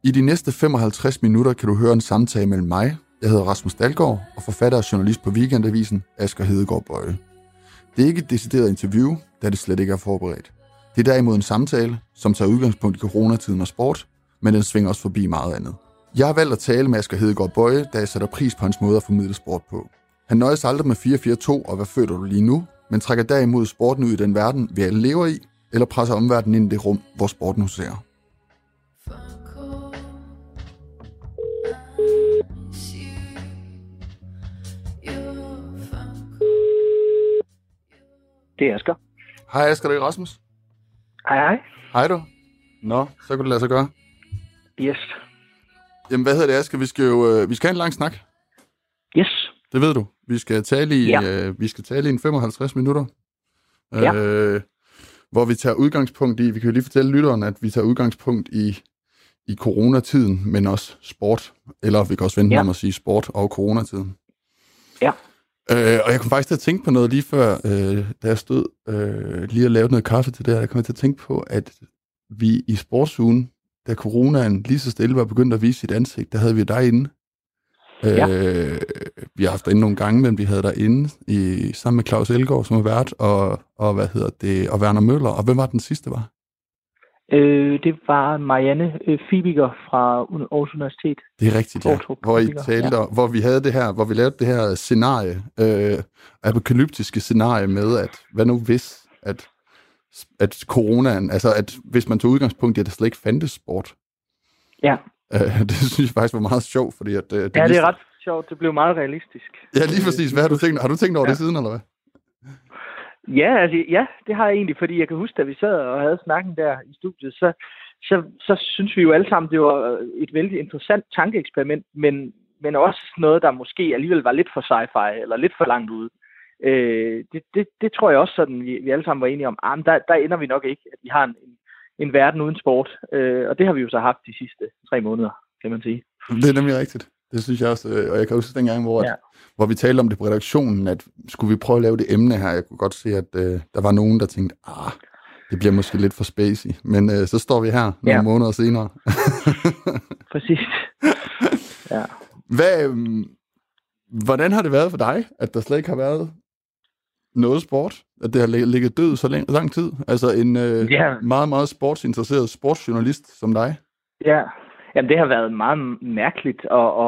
I de næste 55 minutter kan du høre en samtale mellem mig, jeg hedder Rasmus Dalgaard, og forfatter og journalist på Weekendavisen, Asger Hedegaard Boye. Det er ikke et decideret interview, da det slet ikke er forberedt. Det er derimod en samtale, som tager udgangspunkt i coronatiden og sport, men den svinger også forbi meget andet. Jeg har valgt at tale med Asger Hedegaard Boye, da jeg sætter pris på hans måde at formidle sport på. Han nøjes aldrig med 4-4-2 og hvad føler du lige nu, men trækker derimod sporten ud i den verden, vi alle lever i, eller presser omverdenen ind i det rum, hvor sporten huserer. Det er Asger. Hej Asger, det er Rasmus. Hej. Hej du. Nå, så kan det lade sig gøre. Yes. Jamen, hvad hedder det, Asger? Vi skal have en lang snak. Yes. Det ved du. Vi skal tale i en 55 minutter. Ja. Hvor vi tager udgangspunkt i, vi kan jo lige fortælle lytteren, at vi tager udgangspunkt i coronatiden, men også sport. Eller vi kan også vente om at sige sport og coronatiden. Ja. Og jeg kom faktisk til at tænke på noget lige før, da jeg stod lige og lavede noget kaffe til det her. Jeg kom til at tænke på, at vi i sportsugen, da coronaen lige så stille var begyndt at vise sit ansigt, der havde vi dig inde. Vi har haft dig inde nogle gange, men vi havde dig inde sammen med Claus Elgaard, som har været, og Werner Møller. Og hvem var den sidste, var? Det var Marianne Fibiger fra Aarhus Universitet. Det er rigtigt, ja. Hvor I talte, hvor vi havde det her, hvor vi lavede det her scenarie, apokalyptiske scenarie med, at hvad nu hvis, at coronaen, altså at hvis man tog udgangspunkt i, at der slet ikke fandtes sport. Ja. Det synes jeg faktisk var meget sjovt, fordi at... det er ret sjovt. Det blev meget realistisk. Ja, lige præcis. Hvad har du tænkt? Har du tænkt over det siden, eller hvad? Ja, det har jeg egentlig, fordi jeg kan huske, da vi sad og havde snakken der i studiet, så synes vi jo alle sammen, det var et vældig interessant tankeeksperiment, men også noget, der måske alligevel var lidt for sci-fi, eller lidt for langt ude. Det tror jeg også sådan, vi alle sammen var enige om, der ender vi nok ikke, at vi har en verden uden sport. Og det har vi jo så haft de sidste 3 måneder, kan man sige. Det er nemlig rigtigt. Det synes jeg også, og jeg kan huske dengang, hvor vi talte om det på redaktionen, at skulle vi prøve at lave det emne her, jeg kunne godt se, at der var nogen, der tænkte, det bliver måske lidt for spacey, men så står vi her nogle måneder senere. Præcis. Ja. Hvordan har det været for dig, at der slet ikke har været noget sport, at det har ligget død så lang tid? Altså en meget, meget sportsinteresseret sportsjournalist som dig. Ja. Jamen, det har været meget mærkeligt,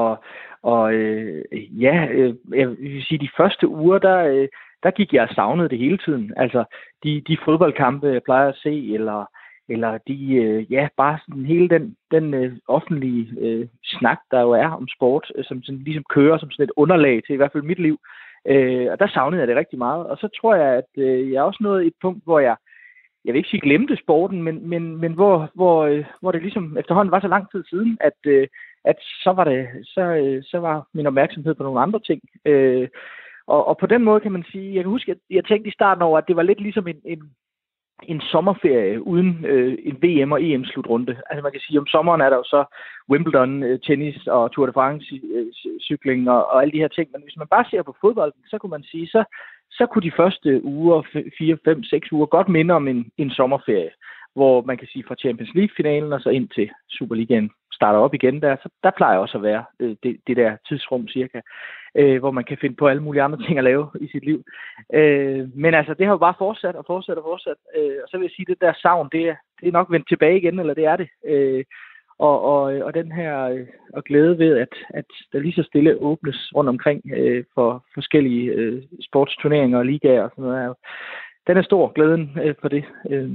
jeg vil sige, de første uger, der gik jeg og savnede det hele tiden. Altså, de fodboldkampe, jeg plejer at se, eller de, bare sådan hele den offentlige snak, der jo er om sport, som sådan, ligesom kører som sådan et underlag til i hvert fald mit liv. Og der savnede jeg det rigtig meget. Og så tror jeg, at jeg også nåede et punkt, hvor jeg vil ikke sige glemte sporten, men hvor det ligesom efterhånden var så lang tid siden, at så var min opmærksomhed på nogle andre ting. Og på den måde kan man sige, jeg kan huske, at jeg tænkte i starten over, at det var lidt ligesom en sommerferie uden en VM og EM slutrunde. Altså man kan sige, om sommeren er der jo så Wimbledon, tennis og Tour de France cykling og alle de her ting. Men hvis man bare ser på fodbolden, så kunne man sige, så kunne de første uger, 4, 5, 6 uger, godt minde om en sommerferie, hvor man kan sige fra Champions League-finalen og så ind til Superligaen starter op igen der, så der plejer også at være det der tidsrum cirka, hvor man kan finde på alle mulige andre ting at lave i sit liv. Men altså, det har jo bare fortsat. Og så vil jeg sige, at det der savn, det er nok vendt tilbage igen, eller det er det. Og den her og glæde ved, at der lige så stille åbnes rundt omkring for forskellige sportsturneringer og ligaer og sådan noget. Den er stor, glæden for det.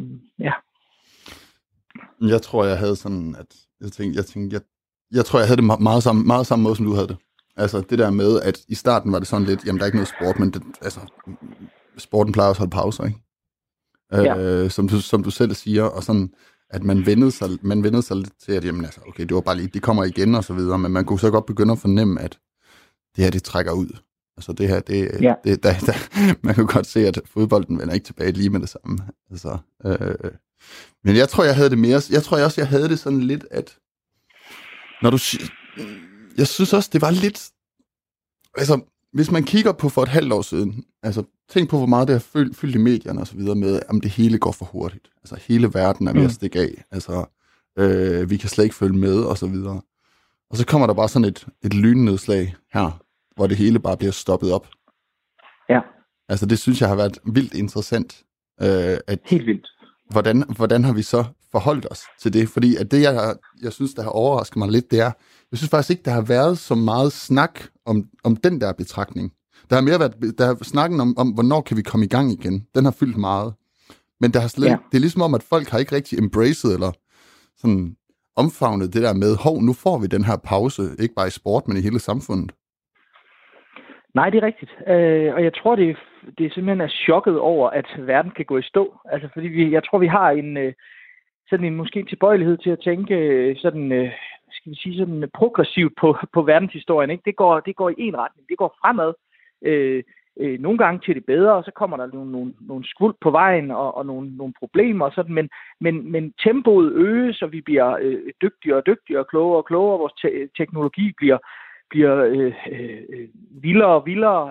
Jeg tror, jeg havde sådan, at jeg tror, jeg havde det meget samme måde, som du havde det. Altså det der med, at i starten var det sådan lidt, jamen der er ikke noget sport, men sporten plejer også at holde pauser, ikke? Som du selv siger, og sådan, at man vendede sig lidt til, at jamen, altså, okay, det var bare lige, de kommer igen og så videre, men man kunne så godt begynde at fornemme, at det her, det trækker ud. Altså det her, man kan godt se, at fodbolden vender ikke tilbage lige med det samme. Altså, men jeg tror, jeg havde det mere, jeg havde det sådan lidt, at jeg synes også, det var lidt, altså, hvis man kigger på for et halvt år siden, altså, tænk på, hvor meget det har fyldt i medierne og så videre med, om det hele går for hurtigt. Altså, hele verden er ved at stikke af. Altså, vi kan slet ikke følge med, og så videre. Og så kommer der bare sådan et lynnedslag her, hvor det hele bare bliver stoppet op. Ja. Altså det synes jeg har været vildt interessant. Helt vildt. Hvordan har vi så forholdt os til det? Fordi at det, jeg synes, der har overrasket mig lidt, det er, jeg synes faktisk ikke, der har været så meget snak om den der betragtning. Der har mere været snakken om, hvornår kan vi komme i gang igen. Den har fyldt meget. Men der har slet, det er ligesom om, at folk har ikke rigtig embraced eller sådan omfavnet det der med, nu får vi den her pause, ikke bare i sport, men i hele samfundet. Nej, det er rigtigt. Og jeg tror, det simpelthen er chokket over, at verden kan gå i stå. Altså, fordi jeg tror, vi har en måske tilbøjelighed til at tænke sådan, skal vi sige, sådan progressivt på verdenshistorien. Ikke? Det går i en retning. Det går fremad. Nogle gange til det bedre, og så kommer der nogle skvulp på vejen og nogle problemer og sådan, men tempoet øges, og vi bliver dygtigere og dygtigere, klogere og klogere. Vores teknologi bliver vildere og vildere,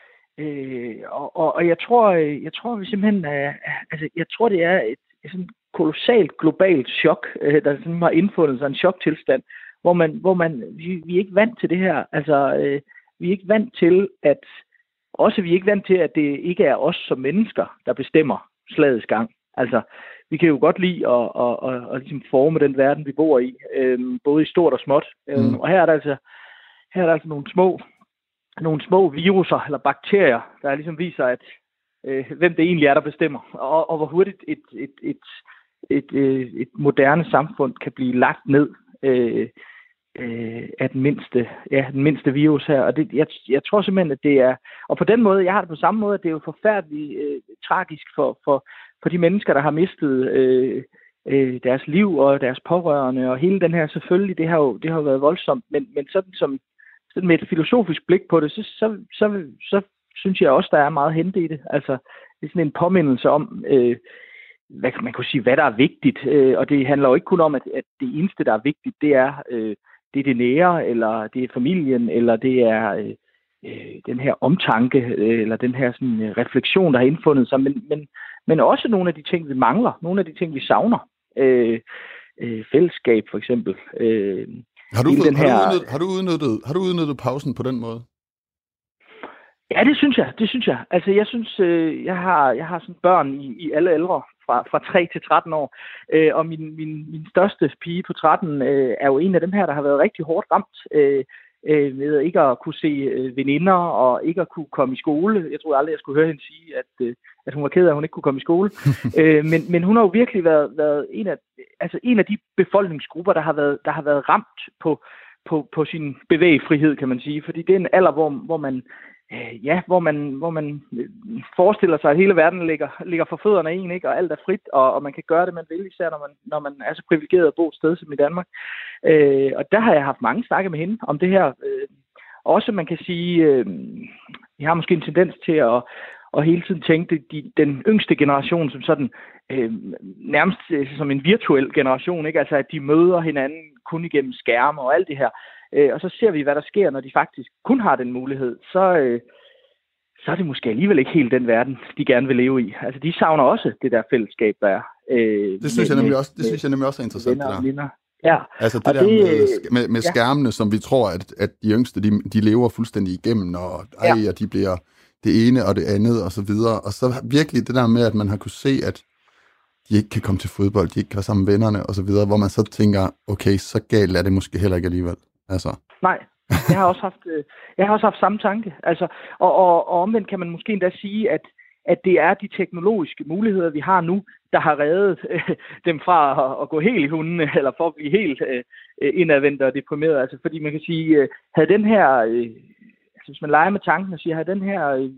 og jeg tror vi simpelthen, jeg tror det er et sådan kolossalt globalt chok, der sådan har indfundet sig en choktilstand, hvor vi er ikke vant til det her, altså vi er ikke vant til at det ikke er os som mennesker, der bestemmer slagets gang. Altså, vi kan jo godt lide at ligesom forme den verden, vi bor i, både i stort og småt. Og her er der altså nogle små viruser eller bakterier, der ligesom viser, at hvem det egentlig er, der bestemmer, og hvor hurtigt et moderne samfund kan blive lagt ned af den mindste virus her. Og jeg tror simpelthen, at det er, og på den måde, jeg har det på samme måde, at det er jo forfærdeligt tragisk for de mennesker, der har mistet deres liv og deres pårørende, og hele den her, selvfølgelig, det har jo været voldsomt, men sådan med et filosofisk blik på det, så synes jeg også, der er meget hente i det. Altså, det er sådan en påmindelse om, hvad kan man kunne sige, hvad der er vigtigt, og det handler jo ikke kun om, at det eneste, der er vigtigt, det er det nære, eller det er familien, eller det er den her omtanke, eller den her sådan refleksion, der har indfundet sig, men også nogle af de ting, vi mangler, nogle af de ting, vi savner. Fællesskab, for eksempel. Har du udnyttet pausen på den måde? Ja, det synes jeg. Altså, jeg synes, jeg har sådan børn i alle aldre, fra 3 til 13 år, og min største pige på 13 er jo en af dem her, der har været rigtig hårdt ramt med ikke at kunne se veninder og ikke at kunne komme i skole. Jeg troede aldrig, jeg skulle høre hende sige, at hun var ked af, at hun ikke kunne komme i skole. Men hun har jo virkelig været en af de befolkningsgrupper, der har været ramt på sin bevægefrihed, kan man sige. Fordi det er en alder, hvor man forestiller sig, at hele verden ligger for fødderne af en, ikke? Og alt er frit, og man kan gøre det, man vil, især når man er så privilegeret at bo et sted som i Danmark. Og der har jeg haft mange snakke med hende om det her. Også, man kan sige, jeg har måske en tendens til at hele tiden tænke den yngste generation som sådan, nærmest som en virtuel generation, ikke? Altså, at de møder hinanden kun igennem skærme og alt det her. Og så ser vi, hvad der sker, når de faktisk kun har den mulighed. Så er det måske alligevel ikke helt den verden, de gerne vil leve i. Altså, de savner også det der fællesskab, der er. Det synes jeg nemlig også er interessant, det der. Ja. Altså det der med skærmene, som vi tror, at de yngste, de lever fuldstændig igennem, og de bliver det ene og det andet, og så videre. Og så virkelig det der med, at man har kunne se, at de ikke kan komme til fodbold, de ikke kan være sammen med vennerne, og så videre, hvor man så tænker, okay, så galt er det måske heller ikke alligevel. Altså. Nej, jeg har også haft samme tanke. Altså, og omvendt kan man måske endda sige, at det er de teknologiske muligheder, vi har nu, der har reddet dem fra at gå helt i hundene, eller for at blive helt indadvendt og deprimeret. Altså, fordi man kan sige, havde den her, hvis man leger med tanken og siger, havde den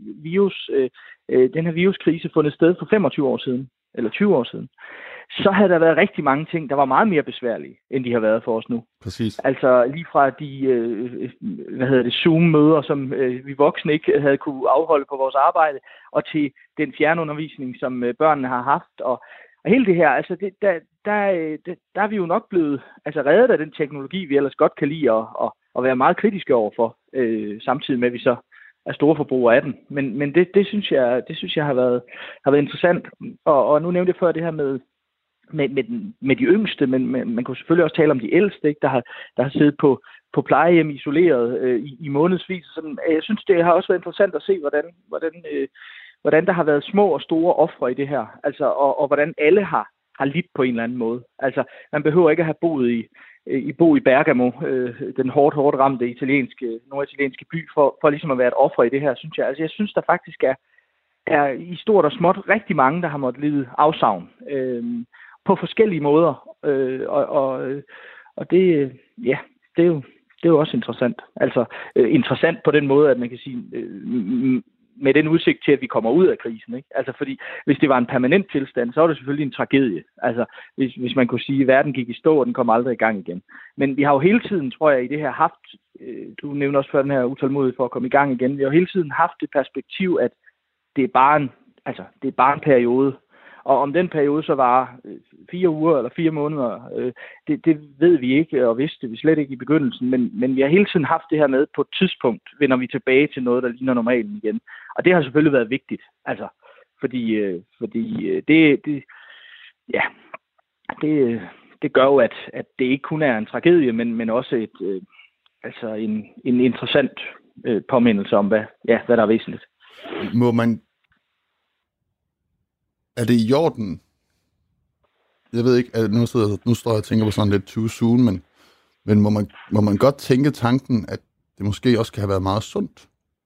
her viruskrise fundet sted for 25 år siden, eller 20 år siden, så havde der været rigtig mange ting, der var meget mere besværlige, end de har været for os nu. Præcis. Altså lige fra de Zoom-møder, som vi voksne ikke havde kunne afholde på vores arbejde, og til den fjernundervisning, som børnene har haft, og hele det her, altså der er vi jo nok blevet reddet af den teknologi, vi ellers godt kan lide at være meget kritiske overfor, samtidig med, at vi så er store forbrugere af den. Men det synes jeg har været interessant. Og nu nævnte jeg før det her med med de yngste, men man kunne selvfølgelig også tale om de ældste, ikke? Der har siddet på plejehjem isoleret i månedsvis. Sådan, jeg synes, det har også været interessant at se, hvordan der har været små og store ofre i det her. Altså, og hvordan alle har lidt på en eller anden måde. Altså, man behøver ikke at have boet i Bergamo, den hårdt ramte norditalienske by, for ligesom at være et offer i det her, synes jeg. Altså, jeg synes, der faktisk er i stort og småt rigtig mange, der har måttet lide afsavn på forskellige måder. Og det, ja, det er jo også interessant. Altså, interessant på den måde, at man kan sige, med den udsigt til, at vi kommer ud af krisen, ikke? Altså, fordi hvis det var en permanent tilstand, så var det selvfølgelig en tragedie. Altså, hvis man kunne sige, at verden gik i stå, og den kom aldrig i gang igen. Men vi har jo hele tiden, tror jeg, i det her haft, du nævner også før den her utålmodighed for at komme i gang igen, vi har jo hele tiden haft det perspektiv, at det er bare en periode. Og om den periode så var 4 uger eller 4 måneder, det ved vi ikke, og vidste vi slet ikke i begyndelsen. Men vi har hele tiden haft det her med, på et tidspunkt vender vi tilbage til noget, der ligner normalen igen. Og det har selvfølgelig været vigtigt. Altså, fordi det gør jo, at det ikke kun er en tragedie, men også en interessant påmindelse om, hvad der er væsentligt. Er det i orden? Jeg ved ikke, nu står jeg og tænker på sådan lidt too soon, men må man godt tænke tanken, at det måske også kan have været meget sundt?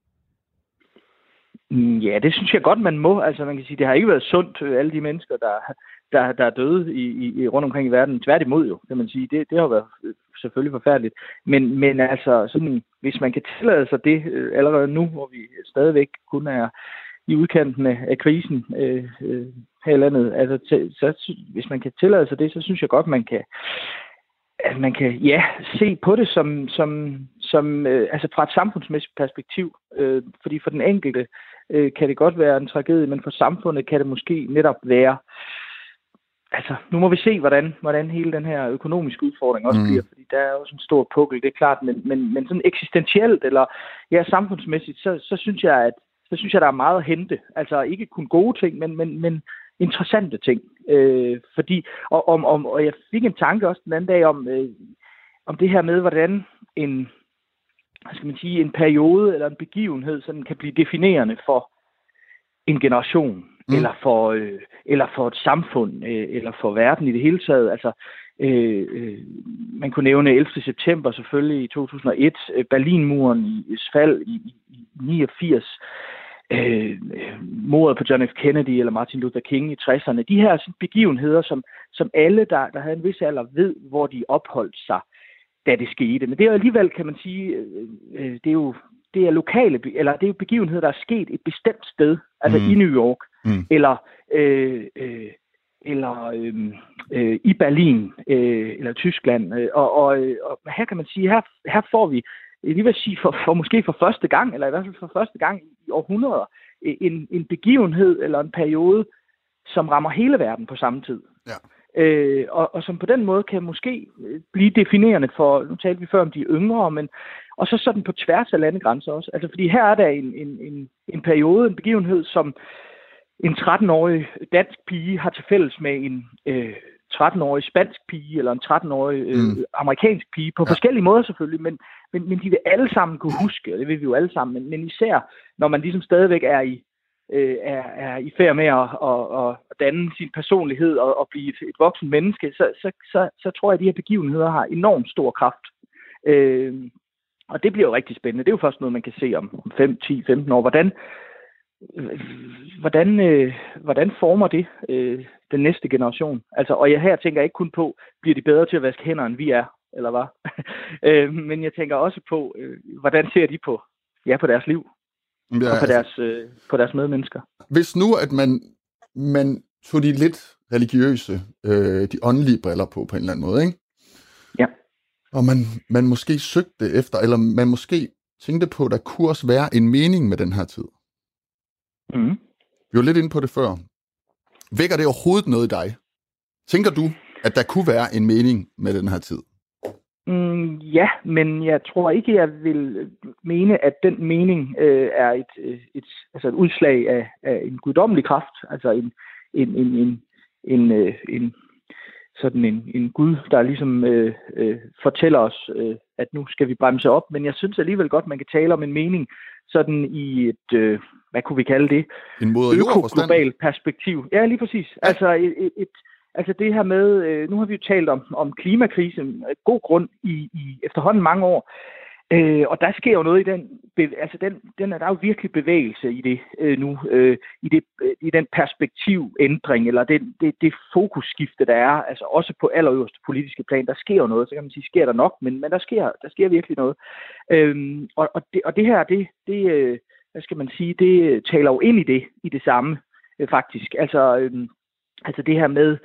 Ja, det synes jeg godt, man må. Altså, man kan sige, det har ikke været sundt, alle de mennesker, der er døde i rundt omkring i verden. Tværtimod jo, kan man sige. Det har været selvfølgelig forfærdeligt. Men altså, sådan, hvis man kan tillade sig det allerede nu, hvor vi stadigvæk kun er i udkanten af krisen her i landet, altså, så hvis man kan tillade sig det, så synes jeg godt, man kan se på det som altså fra et samfundsmæssigt perspektiv, fordi for den enkelte kan det godt være en tragedie, men for samfundet kan det måske netop være, altså nu må vi se, hvordan hele den her økonomiske udfordring også bliver, fordi der er jo sådan en stor pukkel, det er klart, men sådan eksistentielt eller samfundsmæssigt, så synes jeg, der er meget at hente. Altså ikke kun gode ting, men interessante ting. Fordi, og jeg fik en tanke også den anden dag om det her med, hvordan en periode eller en begivenhed sådan kan blive definerende for en generation, eller for et samfund, eller for verden i det hele taget. Altså, man kunne nævne 11. september selvfølgelig i 2001, Berlinmuren i fald i 89, mordet på John F. Kennedy eller Martin Luther King i 60'erne. De her begivenheder, som alle, der havde en vis alder, ved, hvor de opholdt sig, da det skete. Men det er jo alligevel, kan man sige, det er lokale, eller det er jo begivenheder, der er sket et bestemt sted, altså i New York, eller i Berlin, eller Tyskland. Og her kan man sige, her får vi, jeg vil sige, måske for første gang, eller i hvert fald for første gang i århundreder, en begivenhed eller en periode, som rammer hele verden på samme tid. Ja. Og som på den måde kan måske blive definerende for, nu talte vi før om de yngre, men og så sådan på tværs af landegrænser også. Altså fordi her er der en periode, en begivenhed, som en 13-årig dansk pige har til fælles med en 13-årig spansk pige, eller en 13-årig amerikansk pige, på forskellige måder selvfølgelig, men de vil alle sammen kunne huske, og det vil vi jo alle sammen, men især når man ligesom stadigvæk er i færd med at danne sin personlighed og blive et voksen menneske, så tror jeg, at de her begivenheder har enormt stor kraft. Og det bliver jo rigtig spændende. Det er jo først noget, man kan se om 5, 10, 15 år. Hvordan former det den næste generation? Altså, og her tænker jeg ikke kun på, bliver de bedre til at vaske hænder, end vi er, eller hvad? Men jeg tænker også på, hvordan ser de på deres liv? Ja, og på deres medmennesker. Hvis nu, at man tog de lidt religiøse, de åndelige briller på en eller anden måde, ikke? Ja. Og man måske søgte efter, eller man måske tænkte på, at der kunne også være en mening med den her tid. Vi var lidt inde på det før. Vækker det overhovedet noget i dig? Tænker du, at der kunne være en mening med den her tid? Ja, men jeg tror ikke, jeg vil mene, at den mening er et udslag af en guddommelig kraft, altså sådan en Gud, der ligesom fortæller os, at nu skal vi bremse op. Men jeg synes alligevel godt, man kan tale om en mening sådan i et, hvad kunne vi kalde det? En moder jord forstand. Øko-globalt perspektiv. Ja, lige præcis. Ja. Altså det her med, nu har vi jo talt om klimakrisen, god grund i efterhånden mange år. Og der sker jo noget i den, der er jo virkelig bevægelse i det nu, i den perspektivændring, eller det fokusskifte, der er, altså også på allerøverste politiske plan, der sker jo noget, så kan man sige, sker der nok, men der sker virkelig noget. Og det her, det hvad skal man sige, det taler jo ind i det samme, faktisk. Altså det her med,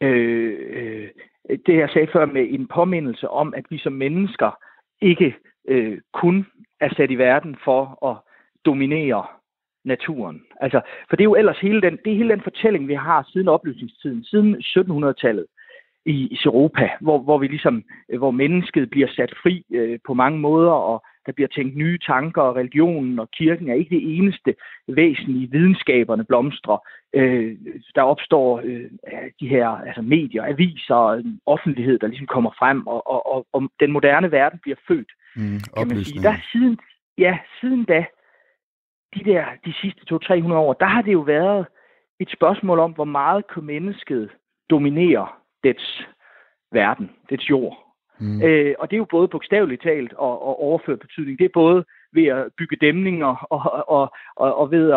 det jeg sagde før med en påmindelse om, at vi som mennesker ikke kun er sat i verden for at dominere naturen. Altså, for det er jo ellers hele den fortælling, vi har siden oplysningstiden, siden 1700-tallet i Europa, hvor mennesket bliver sat fri på mange måder, og der bliver tænkt nye tanker, og religionen og kirken er ikke det eneste væsentlige, videnskaberne blomstrer. Der opstår de her medier, aviser, offentlighed, der ligesom kommer frem, og den moderne verden bliver født. Kan man sige. Siden da, de sidste 200-300 år, der har det jo været et spørgsmål om, hvor meget kan mennesket dominere dets verden, dets jord. Og det er jo både bogstaveligt talt og overført betydning. Det er både ved at bygge dæmninger og ved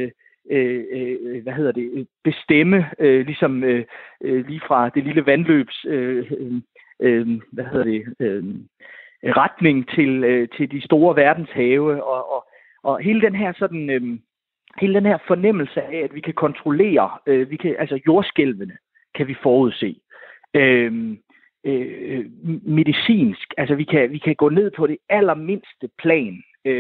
at bestemme lige fra det lille vandløbs retning til de store verdenshave og hele den her hele den her fornemmelse af, at vi kan kontrollere, altså jordskælvene kan vi forudse. Medicinsk, altså vi kan gå ned på det allermindste plan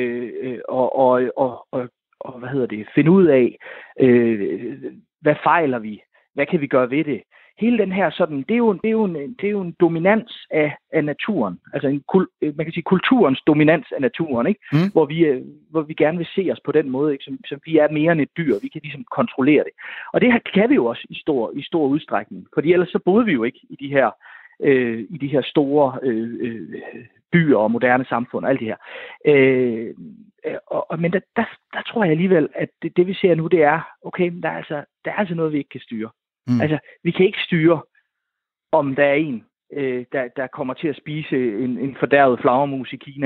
og finde ud af, hvad fejler vi, hvad kan vi gøre ved det. Hele den her det er jo en dominans af naturen, altså man kan sige kulturens dominans af naturen, ikke? Hvor vi gerne vil se os på den måde, ikke? Som vi er mere end et dyr, vi kan ligesom kontrollere det. Og det her kan vi jo også i stor udstrækning, fordi ellers så boede vi jo ikke i de her store byer og moderne samfund og alt det her. Men der tror jeg alligevel, at det vi ser nu, det er, okay, der er altså noget, vi ikke kan styre. Altså, vi kan ikke styre, om der er en, der kommer til at spise en fordærvet flagermus i Kina,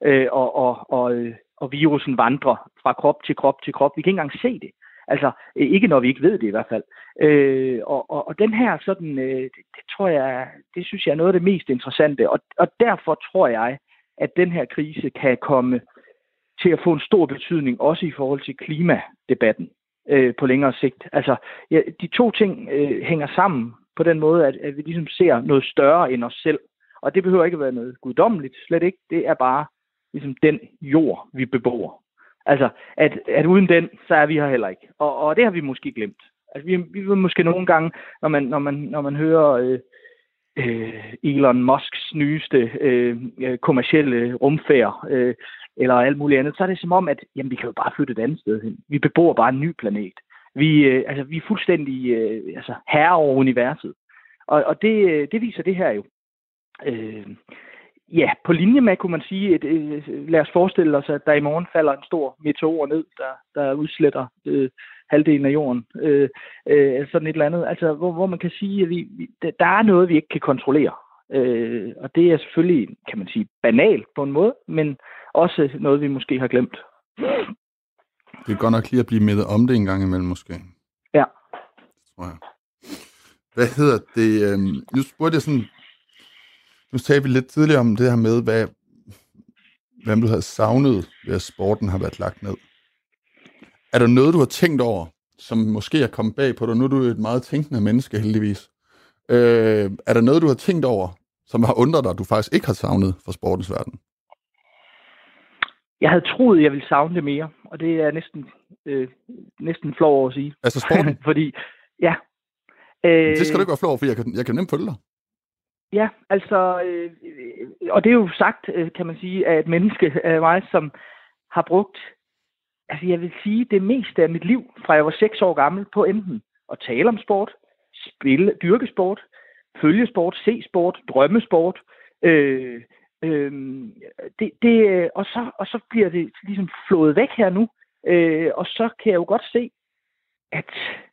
og virusen vandrer fra krop til krop til krop. Vi kan ikke engang se det. Altså, ikke når vi ikke ved det i hvert fald. Og den her det tror jeg, det synes jeg er noget af det mest interessante. Og derfor tror jeg, at den her krise kan komme til at få en stor betydning, også i forhold til klimadebatten på længere sigt. Altså, de to ting hænger sammen på den måde, at vi ligesom ser noget større end os selv. Og det behøver ikke at være noget guddommeligt, slet ikke. Det er bare ligesom den jord, vi bebor. Altså, at uden den, så er vi her heller ikke. Og det har vi måske glemt. Altså, vi vil måske nogle gange, når man hører Elon Musks nyeste kommercielle rumfærd, eller alt muligt andet, så er det som om, at jamen, vi kan jo bare flytte et andet sted hen. Vi bebor bare en ny planet. Vi er fuldstændig herre over universet. Og det viser det her jo. På linje med, kunne man sige, lad os forestille os, at der i morgen falder en stor meteor ned, der udsletter halvdelen af jorden. Sådan et eller andet. Altså, hvor man kan sige, at der er noget, vi ikke kan kontrollere. Og det er selvfølgelig, kan man sige, banalt på en måde, men også noget, vi måske har glemt. Det er godt nok lige at blive mindet om det en gang imellem, måske. Ja. Tror jeg. Hvad hedder det? Nu spurgte jeg sådan... Nu talte vi lidt tidligere om det her med, hvad du havde savnet ved, at sporten har været lagt ned. Er der noget, du har tænkt over, som måske er kommet bag på dig? Nu er du et meget tænkende menneske, heldigvis. Er der noget, du har tænkt over, som har undret dig, du faktisk ikke har savnet fra sportens verden? Jeg havde troet, jeg ville savne det mere, og det er næsten flov over at sige. Altså sporten? Fordi, ja. Det skal du ikke være flov over, for jeg kan nemt følge dig. Ja, altså, og det er jo sagt, kan man sige, af et menneske af mig, som har brugt, altså jeg vil sige, det meste af mit liv, fra jeg var 6 år gammel, på enten at tale om sport, dyrke sport, følge sport, se sport, drømme sport. Og så bliver det ligesom flået væk her nu. Og så kan jeg jo godt se, at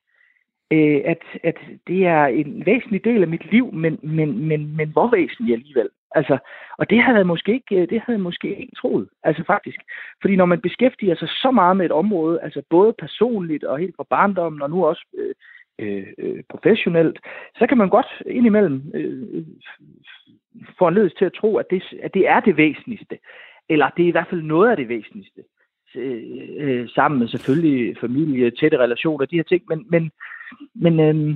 det er en væsentlig del af mit liv, men hvor væsentlig alligevel. Altså, og det havde jeg måske ikke troet, altså faktisk. Fordi når man beskæftiger sig så meget med et område, altså både personligt og helt fra barndommen, og nu også professionelt, så kan man godt indimellem foranledes til at tro, at det er det væsentligste. Eller det er i hvert fald noget af det væsentligste. Sammen med selvfølgelig familie, tætte relationer, de her ting, men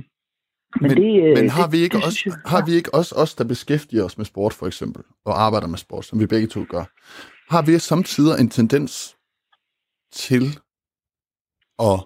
har vi ikke også os, der beskæftiger os med sport, for eksempel, og arbejder med sport, som vi begge to gør, har vi samtidig en tendens til at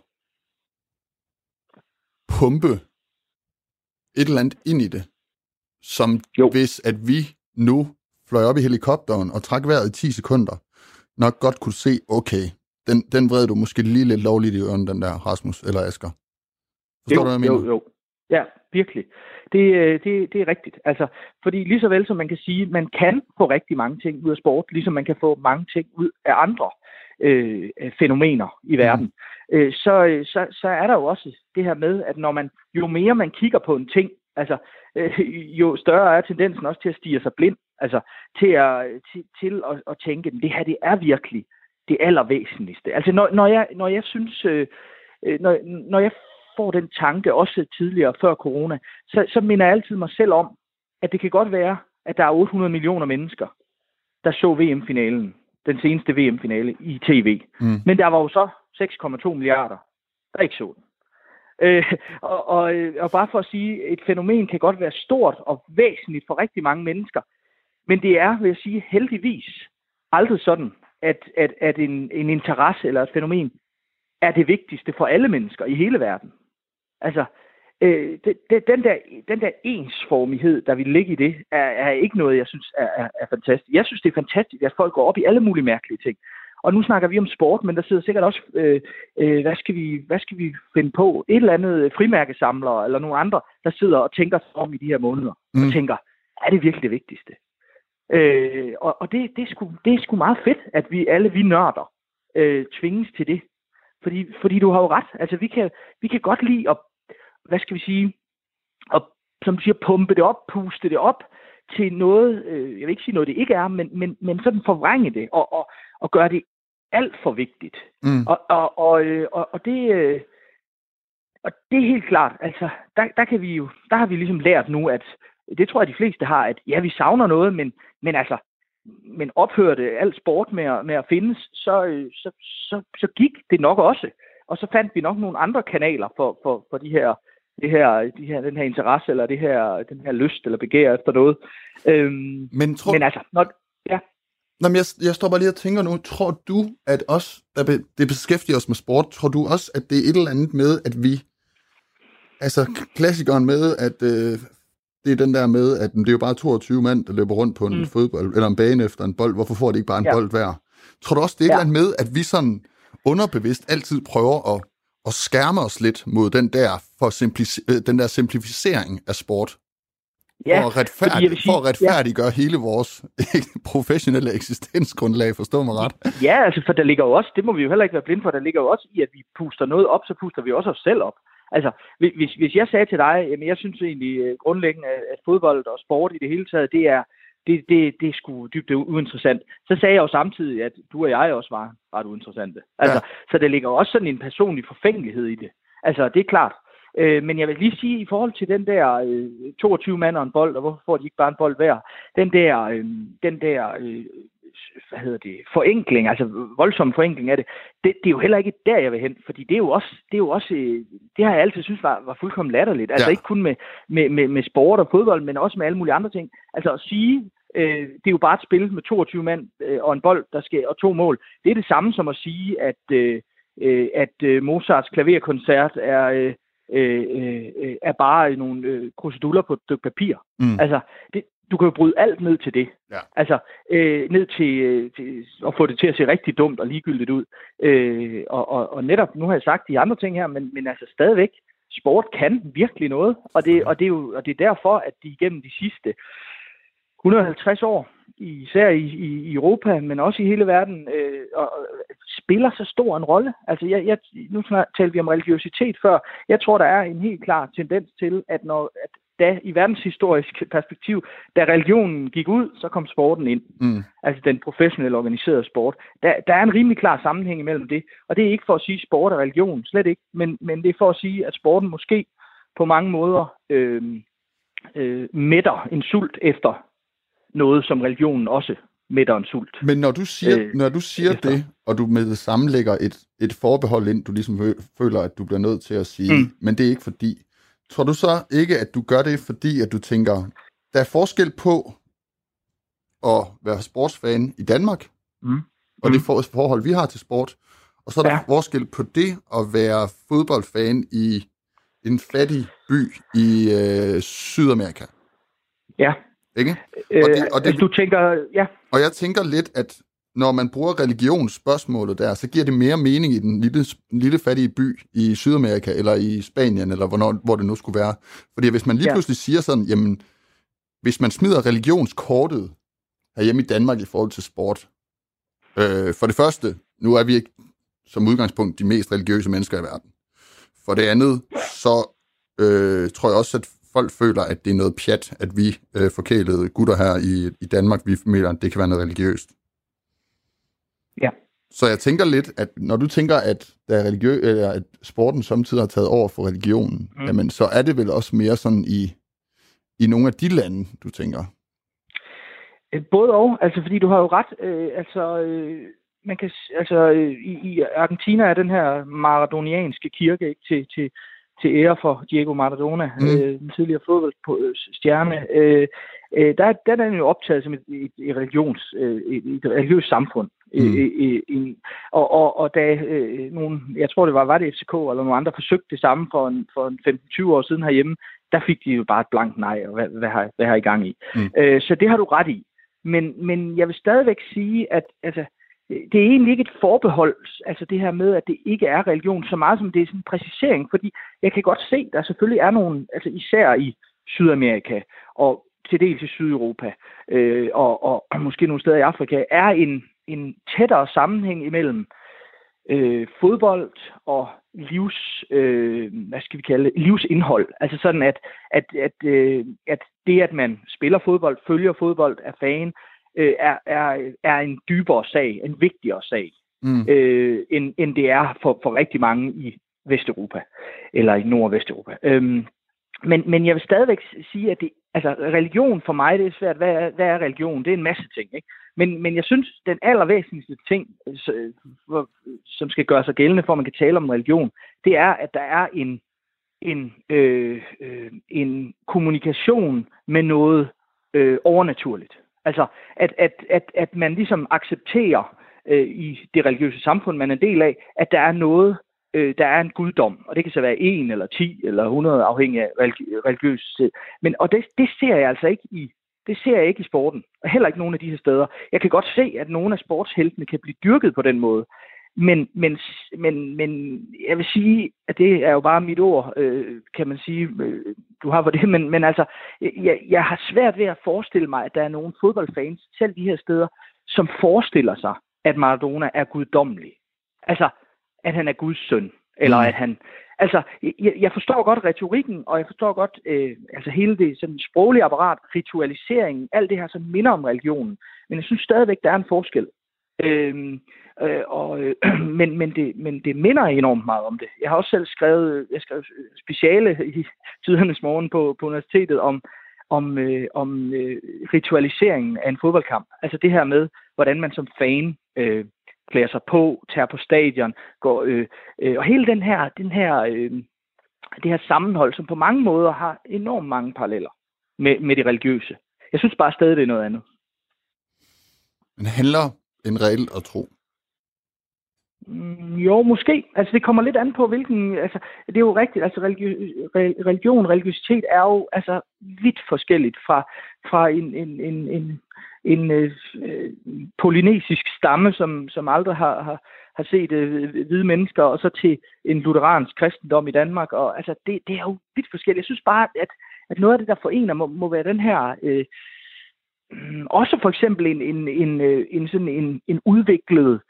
pumpe et eller andet ind i det, som hvis at vi nu fløj op i helikopteren og trak vejret i 10 sekunder, nok godt kunne se, okay, den vred du måske lige lidt lovligt i øren, den der, Rasmus eller Asger. Forstår du, hvad jeg mener? Jo. Ja, virkelig. Det er rigtigt. Altså, fordi lige så vel som man kan sige, man kan få rigtig mange ting ud af sport, ligesom man kan få mange ting ud af andre fænomener i verden. Så er der jo også det her med, at jo mere man kigger på en ting, altså, jo større er tendensen også til at stirre sig blind. Altså, til at tænke, at det her, det er virkelig det allervæsentligste. Altså, når jeg synes, når jeg får den tanke, også tidligere før corona, så minder jeg altid mig selv om, at det kan godt være, at der er 800 millioner mennesker, der så VM-finalen, den seneste VM-finale i tv. Men der var jo så 6,2 milliarder, der ikke så den. Og bare for at sige, et fænomen kan godt være stort og væsentligt for rigtig mange mennesker, men det er, vil jeg sige, heldigvis aldrig sådan, at en interesse eller et fænomen er det vigtigste for alle mennesker i hele verden. Altså, den der ensformighed, der vil ligge i det, er ikke noget, jeg synes er fantastisk. Jeg synes, det er fantastisk, at folk går op i alle mulige mærkelige ting. Og nu snakker vi om sport, men der sidder sikkert også, hvad skal vi finde på? Et eller andet frimærkesamlere eller nogle andre, der sidder og tænker sig om i de her måneder. Og tænker, er det virkelig det vigtigste? Og det er sgu meget fedt, at vi nørder tvinges til det. Fordi du har jo ret. Altså, vi kan godt lide at, hvad skal vi sige, at, som du siger, pumpe det op, puste det op til noget, jeg vil ikke sige noget, det ikke er, men sådan forvrænge det og gøre det alt for vigtigt. Og det er helt klart, altså, der har vi ligesom lært nu, at det tror jeg, de fleste har, at ja, vi savner noget, men ophørte alt sport med at findes, så gik det nok også. Og så fandt vi nok nogle andre kanaler for den her interesse, eller den her lyst, eller begær efter noget. Men altså, ja. Nå, men jeg står bare lige og tænker nu, tror du, at os, der det beskæftiger os med sport, tror du også, at det er et eller andet med, at vi, altså klassikeren med, at det er den der med, at det er jo bare 22 mand, der løber rundt på en fodbold, eller en bane efter en bold, hvorfor får de ikke bare en bold hver? Tror du også, det er et eller andet med, at vi sådan underbevidst altid prøver at skærme os lidt mod den der simplificering af sport? Ja, for at retfærdiggøre hele vores professionelle eksistensgrundlag, forstå mig ret. Ja, altså, for der ligger jo også, det må vi jo heller ikke være blinde for, der ligger jo også i, at vi puster noget op, så puster vi også os selv op. Altså, hvis jeg sagde til dig, jamen jeg synes egentlig grundlæggende, at fodbold og sport i det hele taget, det er sgu dybt uinteressant. Så sagde jeg jo samtidig, at du og jeg også var ret uinteressante. Altså, så der ligger jo også sådan en personlig forfængelighed i det. Altså, det er klart. Men jeg vil lige sige, i forhold til den der 22 mand og en bold, og hvorfor får de ikke bare en bold hver, den der forenkling, altså voldsom forenkling af det er jo heller ikke der, jeg vil hen, fordi det er jo også, det har jeg altid synes var fuldkommen latterligt. Altså ikke kun med sport og fodbold, men også med alle mulige andre ting. Altså at sige, det er jo bare et spil med 22 mand og en bold, og 2 mål. Det er det samme som at sige, at Mozarts klaverkoncert er bare nogle kruseduller på et stykke papir. Altså, du kan jo bryde alt ned til det. Ja. Altså, ned til at få det til at se rigtig dumt og ligegyldigt ud. Og netop, nu har jeg sagt de andre ting her, men altså stadigvæk, sport kan virkelig noget, og det er derfor, at de igennem de sidste 150 år, især i Europa, men også i hele verden, spiller så stor en rolle. Altså, nu talte vi om religiøsitet før. Jeg tror, der er en helt klar tendens til, at da i verdenshistorisk perspektiv, da religionen gik ud, så kom sporten ind. Altså den professionelle organiserede sport. Der er en rimelig klar sammenhæng imellem det, og det er ikke for at sige sport og religion, slet ikke, men det er for at sige, at sporten måske på mange måder mætter en sult efter noget, som religionen også mætter en sult. Men når du siger det, og du med det samme lægger et forbehold ind, du ligesom føler, at du bliver nødt til at sige, men det er ikke fordi. Tror du så ikke, at du gør det, fordi at du tænker, der er forskel på at være sportsfan i Danmark, og det forhold, vi har til sport, og så er der forskel på det at være fodboldfan i en fattig by i Sydamerika. Ja. Ikke? Du tænker, ja. Og jeg tænker lidt, at når man bruger religionsspørgsmålet der, så giver det mere mening i den lille fattige by i Sydamerika, eller i Spanien, eller hvor det nu skulle være. Fordi hvis man lige pludselig siger sådan, jamen, hvis man smider religionskortet herhjemme i Danmark i forhold til sport, for det første, nu er vi ikke som udgangspunkt de mest religiøse mennesker i verden. For det andet, så tror jeg også, at folk føler, at det er noget pjat, at vi forkælede gutter her i Danmark, vi mener, at det kan være noget religiøst. Ja. Så jeg tænker lidt, at når du tænker, at at sporten samtidig har taget over for religionen, jamen, så er det vel også mere sådan i nogle af de lande, du tænker? Både og, altså fordi du har jo ret, man kan, i Argentina er den her maradonianske kirke ikke til ære for Diego Maradona, den tidligere fodboldstjerne. Der er den jo optaget som et religiøst samfund. Og da jeg tror var det FCK eller nogle andre forsøgte det samme for 15-20 år siden herhjemme, der fik de jo bare et blankt nej, og hvad har I gang i? Så det har du ret i. Men jeg vil stadigvæk sige, at altså, det er egentlig ikke et forbehold, altså det her med, at det ikke er religion, så meget som det er sådan en præcisering, fordi jeg kan godt se, at der selvfølgelig er nogen, altså især i Sydamerika og til dels i Sydeuropa og måske nogle steder i Afrika, er en tættere sammenhæng imellem fodbold og livsindhold. Altså sådan, at det, at man spiller fodbold, følger fodbold, er fan, er en dybere sag, en vigtigere sag, end det er for rigtig mange i Vesteuropa, eller i Nord- og Vesteuropa. Men jeg vil stadigvæk sige, at religion for mig, det er svært. Hvad er religion? Det er en masse ting, ikke? Men jeg synes, den allervæsentligste ting, som skal gøre sig gældende, for at man kan tale om religion, det er, at der er en kommunikation med noget overnaturligt. Altså, at man ligesom accepterer i det religiøse samfund, man er en del af, at der er noget, der er en guddom, og det kan så være 1 eller 10 eller 100 afhængig af religiøsitet. Og det ser jeg altså ikke i sporten, og heller ikke nogen af de her steder. Jeg kan godt se, at nogle af sportsheltene kan blive dyrket på den måde, men jeg vil sige, at det er jo bare mit ord, kan man sige, du har for det, men altså, jeg har svært ved at forestille mig, at der er nogle fodboldfans, selv de her steder, som forestiller sig, at Maradona er guddommelig. Altså, at han er Guds søn, eller at han... Altså, jeg forstår godt retorikken, og jeg forstår godt hele det sådan sproglige apparat, ritualiseringen, alt det her, som minder om religionen. Men jeg synes stadigvæk, der er en forskel. Men det minder enormt meget om det. Jeg har også selv skrevet speciale i Tidernes Morgen på universitetet om ritualiseringen af en fodboldkamp. Altså det her med, hvordan man som fan klæder sig på, tager på stadion, går, og hele det her sammenhold, som på mange måder har enormt mange paralleller med det religiøse. Jeg synes bare stadig, det er noget andet. Men handler en regel at tro? Jo, måske. Altså, det kommer lidt an på, hvilken... Altså, det er jo rigtigt. Altså, religion, religiøsitet er jo altså vidt forskelligt fra polynesisk stamme, som aldrig har set hvide mennesker, og så til en lutheransk kristendom i Danmark. Og altså, det er jo vidt forskelligt. Jeg synes bare, at noget af det, der forener, må være den her... også for eksempel en udviklet...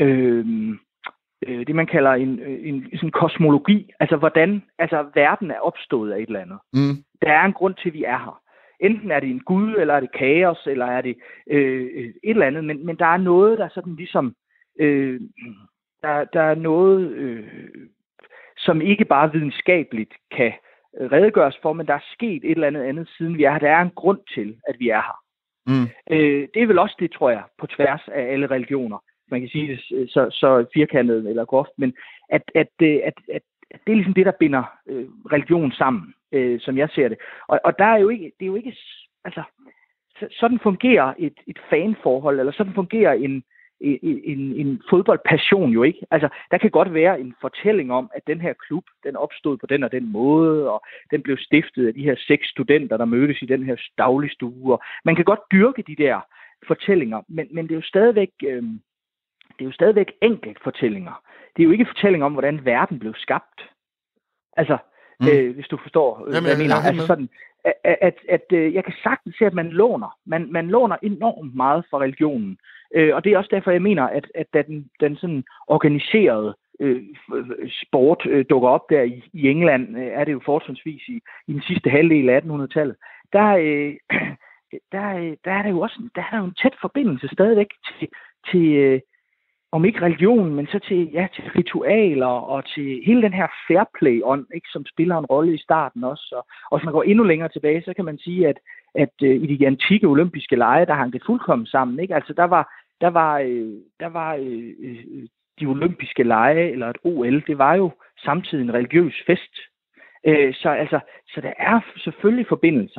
det man kalder en sådan kosmologi, altså hvordan verden er opstået af et eller andet. Der er en grund til, at vi er her. Enten er det en gud, eller er det kaos, eller er det et eller andet, men der er noget, der sådan ligesom, der er noget, som ikke bare videnskabeligt kan redegøres for, men der er sket et eller andet siden vi er her. Der er en grund til, at vi er her. Det er vel også det, tror jeg, på tværs af alle religioner. Man kan sige det så firkantet eller groft, men at det er ligesom det, der binder religion sammen, som jeg ser det. Og der er jo ikke, det er jo ikke, altså, sådan fungerer et fanforhold, eller sådan fungerer en fodboldpassion jo ikke. Altså, der kan godt være en fortælling om, at den her klub, den opstod på den og den måde, og den blev stiftet af de her 6 studenter, der mødtes i den her dagligstue. Man kan godt dyrke de der fortællinger, men det er jo stadigvæk... Det er jo stadigvæk enkelt fortællinger. Det er jo ikke fortællinger om, hvordan verden blev skabt. Altså, hvis du forstår, hvad jeg mener. Altså sådan, at jeg kan sagtens se, at man låner enormt meget fra religionen. Og det er også derfor, jeg mener, at da den sådan organiserede sport dukker op der i England, er det jo fortrinsvis i den sidste halvdel af 1800-tallet, der er der jo også en tæt forbindelse stadigvæk til om ikke religion, men så til ritualer og til hele den her fairplay-ånd, ikke, som spiller en rolle i starten også. Og hvis man går endnu længere tilbage, så kan man sige, at i de antikke olympiske lege, der hang det fuldkommen sammen. Ikke? Altså der var de olympiske lege, eller et OL, det var jo samtidig en religiøs fest. Så der er selvfølgelig forbindelser.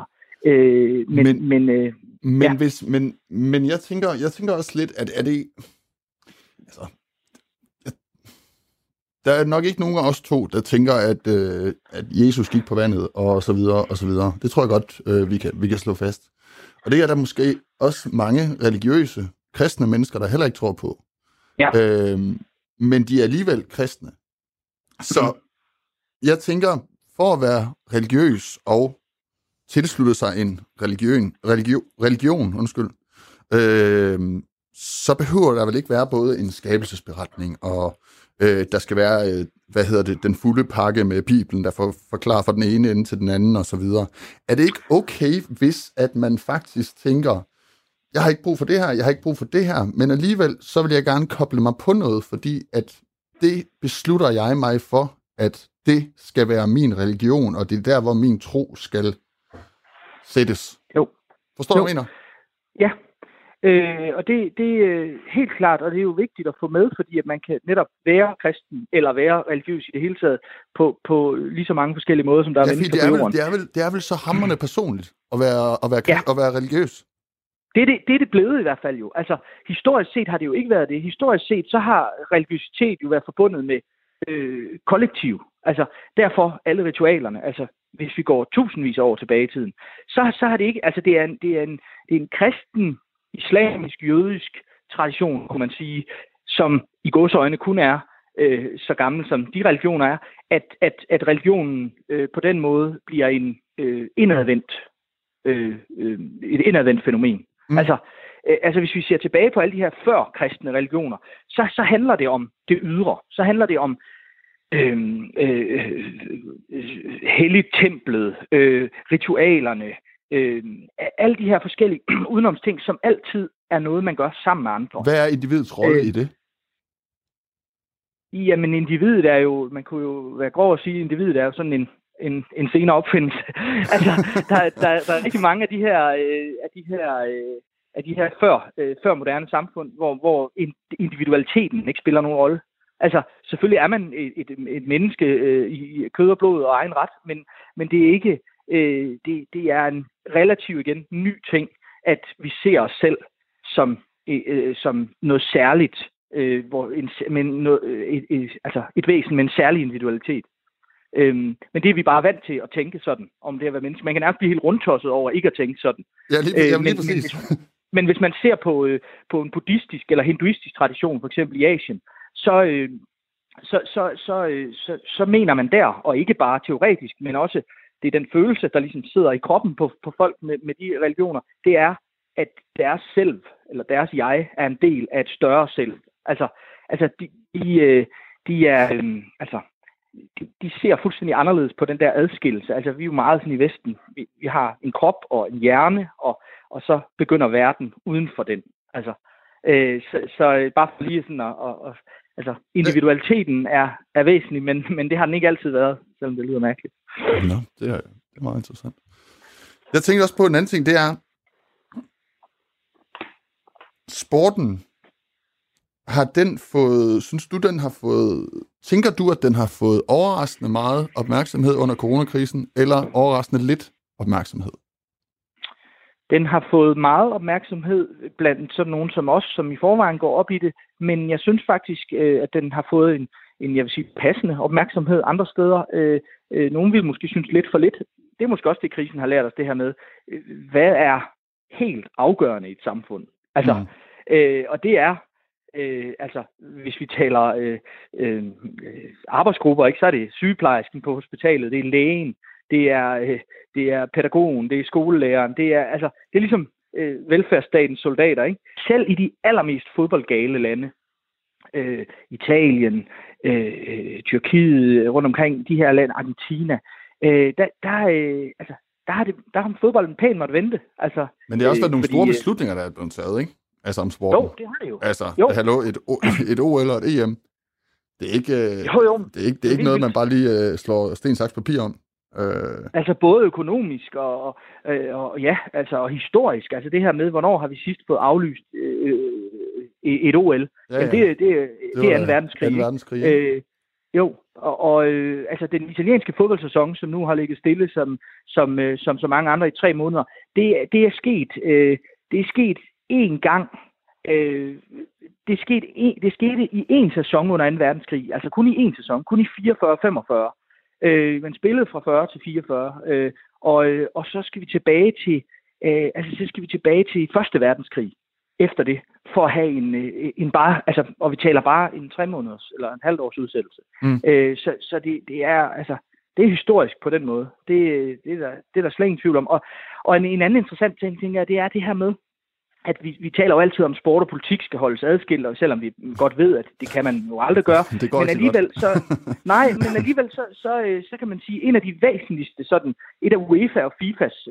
Men jeg tænker også lidt, at er det... Altså, der er nok ikke nogen af os to, der tænker, at Jesus gik på vandet, og så videre, og så videre. Det tror jeg godt, vi kan slå fast. Og det er der måske også mange religiøse, kristne mennesker, der heller ikke tror på. Ja. Men de er alligevel kristne. Så jeg tænker, for at være religiøs og tilslutte sig en religion, så behøver der vel ikke være både en skabelsesberetning, og der skal være, den fulde pakke med Bibelen, der forklarer fra den ene ende til den anden, og så videre. Er det ikke okay, hvis at man faktisk tænker, jeg har ikke brug for det her, jeg har ikke brug for det her, men alligevel, så vil jeg gerne koble mig på noget, fordi at det beslutter jeg mig for, at det skal være min religion, og det er der, hvor min tro skal sættes. Jo. Forstår du, hvad jeg mener? Ja. Og det er helt klart, og det er jo vigtigt at få med, fordi at man kan netop være kristen, eller være religiøs i det hele taget, på lige så mange forskellige måder, som der er mennesker på jorden. Det er vel så hamrende personligt at være religiøs? Det er det blevet i hvert fald jo. Altså, historisk set har det jo ikke været det. Historisk set, så har religiøsitet jo været forbundet med kollektiv. Altså, derfor alle ritualerne. Altså, hvis vi går tusindvis af år tilbage i tiden, så har det ikke, altså det er en kristen, islamisk, jødisk tradition, kunne man sige, som i gåseøjne kun er så gammel som de religioner er, at religionen på den måde bliver et indadvendt fænomen. Altså hvis vi ser tilbage på alle de her før-kristne religioner, så handler det om det ydre. Så handler det om helligtemplet, ritualerne, alle de her forskellige udenomsting, som altid er noget, man gør sammen med andre. Hvad er individets rolle i det? Jamen, individet er jo, man kunne jo være grov at sige, individet er jo sådan en senere opfindelse. Altså, der er rigtig mange af de her før moderne samfund, hvor individualiteten ikke spiller nogen rolle. Altså, selvfølgelig er man et menneske i kød og blod og egen ret, men det er ikke, det er en relativt igen ny ting, at vi ser os selv som noget særligt, et væsen med en særlig individualitet. Men det er vi bare vant til at tænke sådan, om det at være menneske. Man kan nærmest blive helt rundtosset over ikke at tænke sådan. Ja, lige præcis. Men hvis man ser på en buddhistisk eller hinduistisk tradition, for eksempel i Asien, så mener man der, og ikke bare teoretisk, men også det er den følelse, der ligesom sidder i kroppen på folk med de religioner, det er, at deres selv, eller deres jeg, er en del af et større selv. Altså de ser fuldstændig anderledes på den der adskillelse. Altså, vi er jo meget sådan i Vesten. Vi har en krop og en hjerne, og så begynder verden uden for den. Altså, så bare for lige sådan altså, individualiteten er væsentlig, men det har den ikke altid været, selvom det lyder mærkeligt. Nå, det er meget interessant. Jeg tænker også på en anden ting, det er, sporten, tænker du, at den har fået overraskende meget opmærksomhed under coronakrisen, eller overraskende lidt opmærksomhed? Den har fået meget opmærksomhed blandt sådan nogen som os, som i forvejen går op i det, men jeg synes faktisk, at den har fået en jeg vil sige, passende opmærksomhed andre steder. Nogen vil måske synes lidt for lidt. Det er måske også det, krisen har lært os det her med. Hvad er helt afgørende i et samfund? Altså, og det er, hvis vi taler arbejdsgrupper, ikke, så er det sygeplejersken på hospitalet, det er lægen, det er pædagogen, det er skolelæreren, det er ligesom velfærdsstatens soldater, ikke? Selv i de allermest fodboldgale lande, Italien, Tyrkiet, rundt omkring de her lande, Argentina, der har fodbolden pænt måtte vente. Altså, men det er også været nogle store beslutninger, der er blevet taget, ikke? Altså om sporten. Jo, det har det jo. Altså, hallo, et OL og et EM. Det er ikke, det er ikke noget, man bare lige slår sten, saks, papir om. Altså både økonomisk og historisk. Altså det her med, hvornår har vi sidst fået aflyst et OL? Ja. Jamen, det er 2. verdenskrig. 2. verdenskrig. Altså den italienske fodboldsæson, som nu har ligget stille som så mange andre i 3 måneder, det er sket én gang. Det skete i en sæson under 2. verdenskrig, altså kun i en sæson, kun i 44-45. Man spillede fra 40 til 44, og så skal vi tilbage til 1. verdenskrig efter det, for at have en bare, altså, og vi taler bare en 3 måneders eller en halvt års udsættelse. Så det er historisk på den måde. Det er der slet ingen tvivl om. Og en anden interessant ting er, det er det her med, at vi taler jo altid om, sport og politik skal holdes adskilt, og selvom vi godt ved, at det kan man jo aldrig gøre. Men alligevel så kan man sige, en af de væsentligste sådan, et af UEFA og FIFAs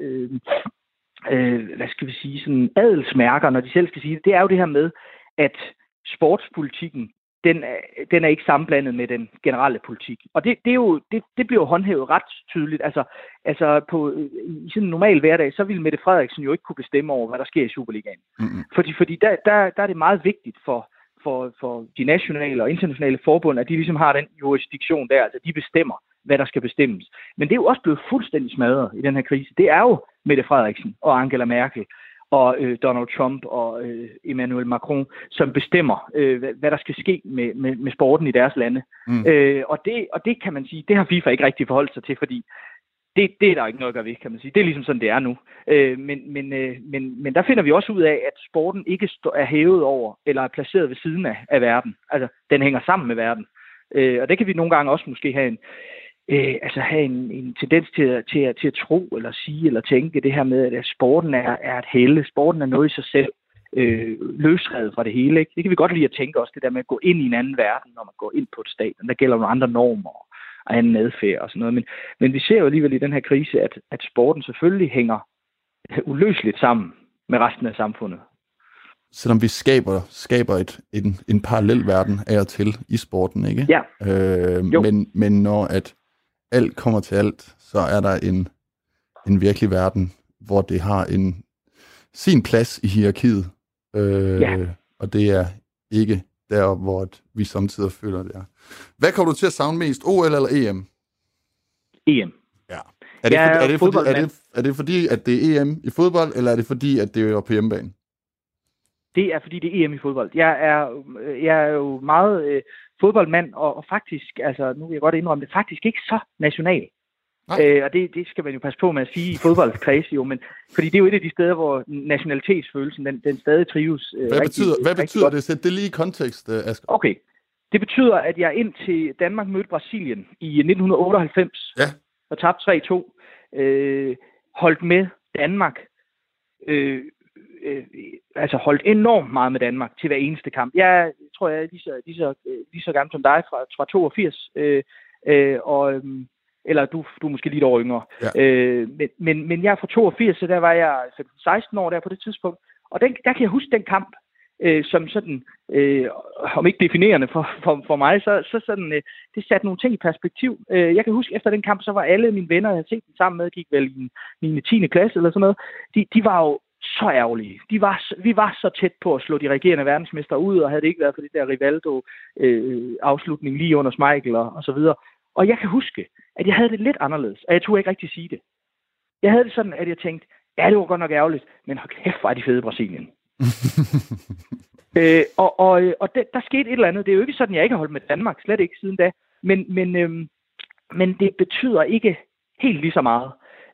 sådan adelsmærker, når de selv skal sige det er jo det her med, at sportspolitikken, den er ikke sammenblandet med den generelle politik. Og det bliver jo håndhævet ret tydeligt. Altså i sådan en normal hverdag, så ville Mette Frederiksen jo ikke kunne bestemme over, hvad der sker i Superligaen. Fordi der er det meget vigtigt for de nationale og internationale forbund, at de ligesom har den jurisdiktion der, altså de bestemmer, hvad der skal bestemmes. Men det er jo også blevet fuldstændig smadret i den her krise. Det er jo Mette Frederiksen og Angela Merkel og Donald Trump og Emmanuel Macron, som bestemmer, hvad der skal ske med sporten i deres lande. Og det kan man sige, det har FIFA ikke rigtig forholdt sig til, fordi det er der ikke noget at gøre ved, kan man sige. Det er ligesom sådan, det er nu. Men der finder vi også ud af, at sporten ikke er hævet over, eller er placeret ved siden af verden. Altså, den hænger sammen med verden. Og det kan vi nogle gange også måske have en tendens til at tro, eller sige, eller tænke det her med, at sporten er et helle. Sporten er noget i sig selv, løsredet fra det hele. Ikke? Det kan vi godt lide at tænke også, det der med at gå ind i en anden verden, når man går ind på et stadion. Der gælder nogle andre normer og anden adfærd og sådan noget. Men vi ser jo alligevel i den her krise, at sporten selvfølgelig hænger uløseligt sammen med resten af samfundet. Selvom vi skaber en parallel verden af og til i sporten, ikke? Ja. Men når at alt kommer til alt, så er der en virkelig verden, hvor det har sin plads i hierarkiet. Og det er ikke der, hvor vi samtidig føler det er. Hvad kommer du til at savne mest, OL eller EM? EM. Ja. Er det fordi, at det er EM i fodbold, eller er det fordi, at det er på hjemmebane? Det er fordi, det er EM i fodbold. Jeg er jo meget fodboldmand, og faktisk, altså nu vil jeg godt indrømme det, faktisk ikke så national. Og det skal man jo passe på med at sige i fodboldkreds jo, men fordi det er jo et af de steder, hvor nationalitetsfølelsen, den stadig trives. Hvad betyder det? Sæt det lige i kontekst, Asger. Okay. Det betyder, at jeg indtil Danmark mødte Brasilien i 1998 og tabte 3-2, holdt med Danmark, altså holdt enormt meget med Danmark til hver eneste kamp. Jeg tror, jeg er lige så gammel som dig fra 82, eller du er måske lidt over yngre. Ja. Men jeg er fra 82, så der var jeg 16 år der på det tidspunkt. Og der kan jeg huske den kamp, som sådan, om ikke definerende for mig, så sådan, det satte nogle ting i perspektiv. Jeg kan huske, efter den kamp, så var alle mine venner, jeg havde set dem sammen med, gik vel i min 10. klasse eller sådan noget, de var jo så ærgerlige. Vi var så tæt på at slå de regerende verdensmestre ud, og havde det ikke været for det der Rivaldo-afslutning lige under Schmeichel og så videre. Og jeg kan huske, at jeg havde det lidt anderledes, og jeg turde ikke rigtig sige det. Jeg havde det sådan, at jeg tænkte, ja, det var godt nok ærgerligt, men hold kæft, hvor er de fede Brasilien. Der skete et eller andet. Det er jo ikke sådan, jeg ikke har holdt med Danmark, slet ikke siden da. Men det betyder ikke helt lige så meget.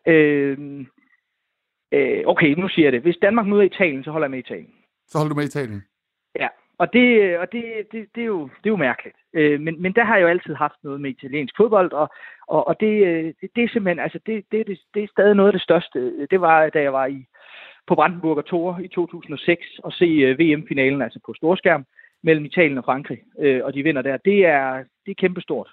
Okay, nu siger jeg det. Hvis Danmark møder Italien, så holder jeg med Italien. Så holder du med Italien? Ja, og det er jo mærkeligt. Men der har jeg jo altid haft noget med italiensk fodbold, og det er simpelthen, altså det er stadig noget af det største. Det var, da jeg var på Brandenburger Tor i 2006 og se VM-finalen, altså på storskærm, mellem Italien og Frankrig, og de vinder der. Det er kæmpestort.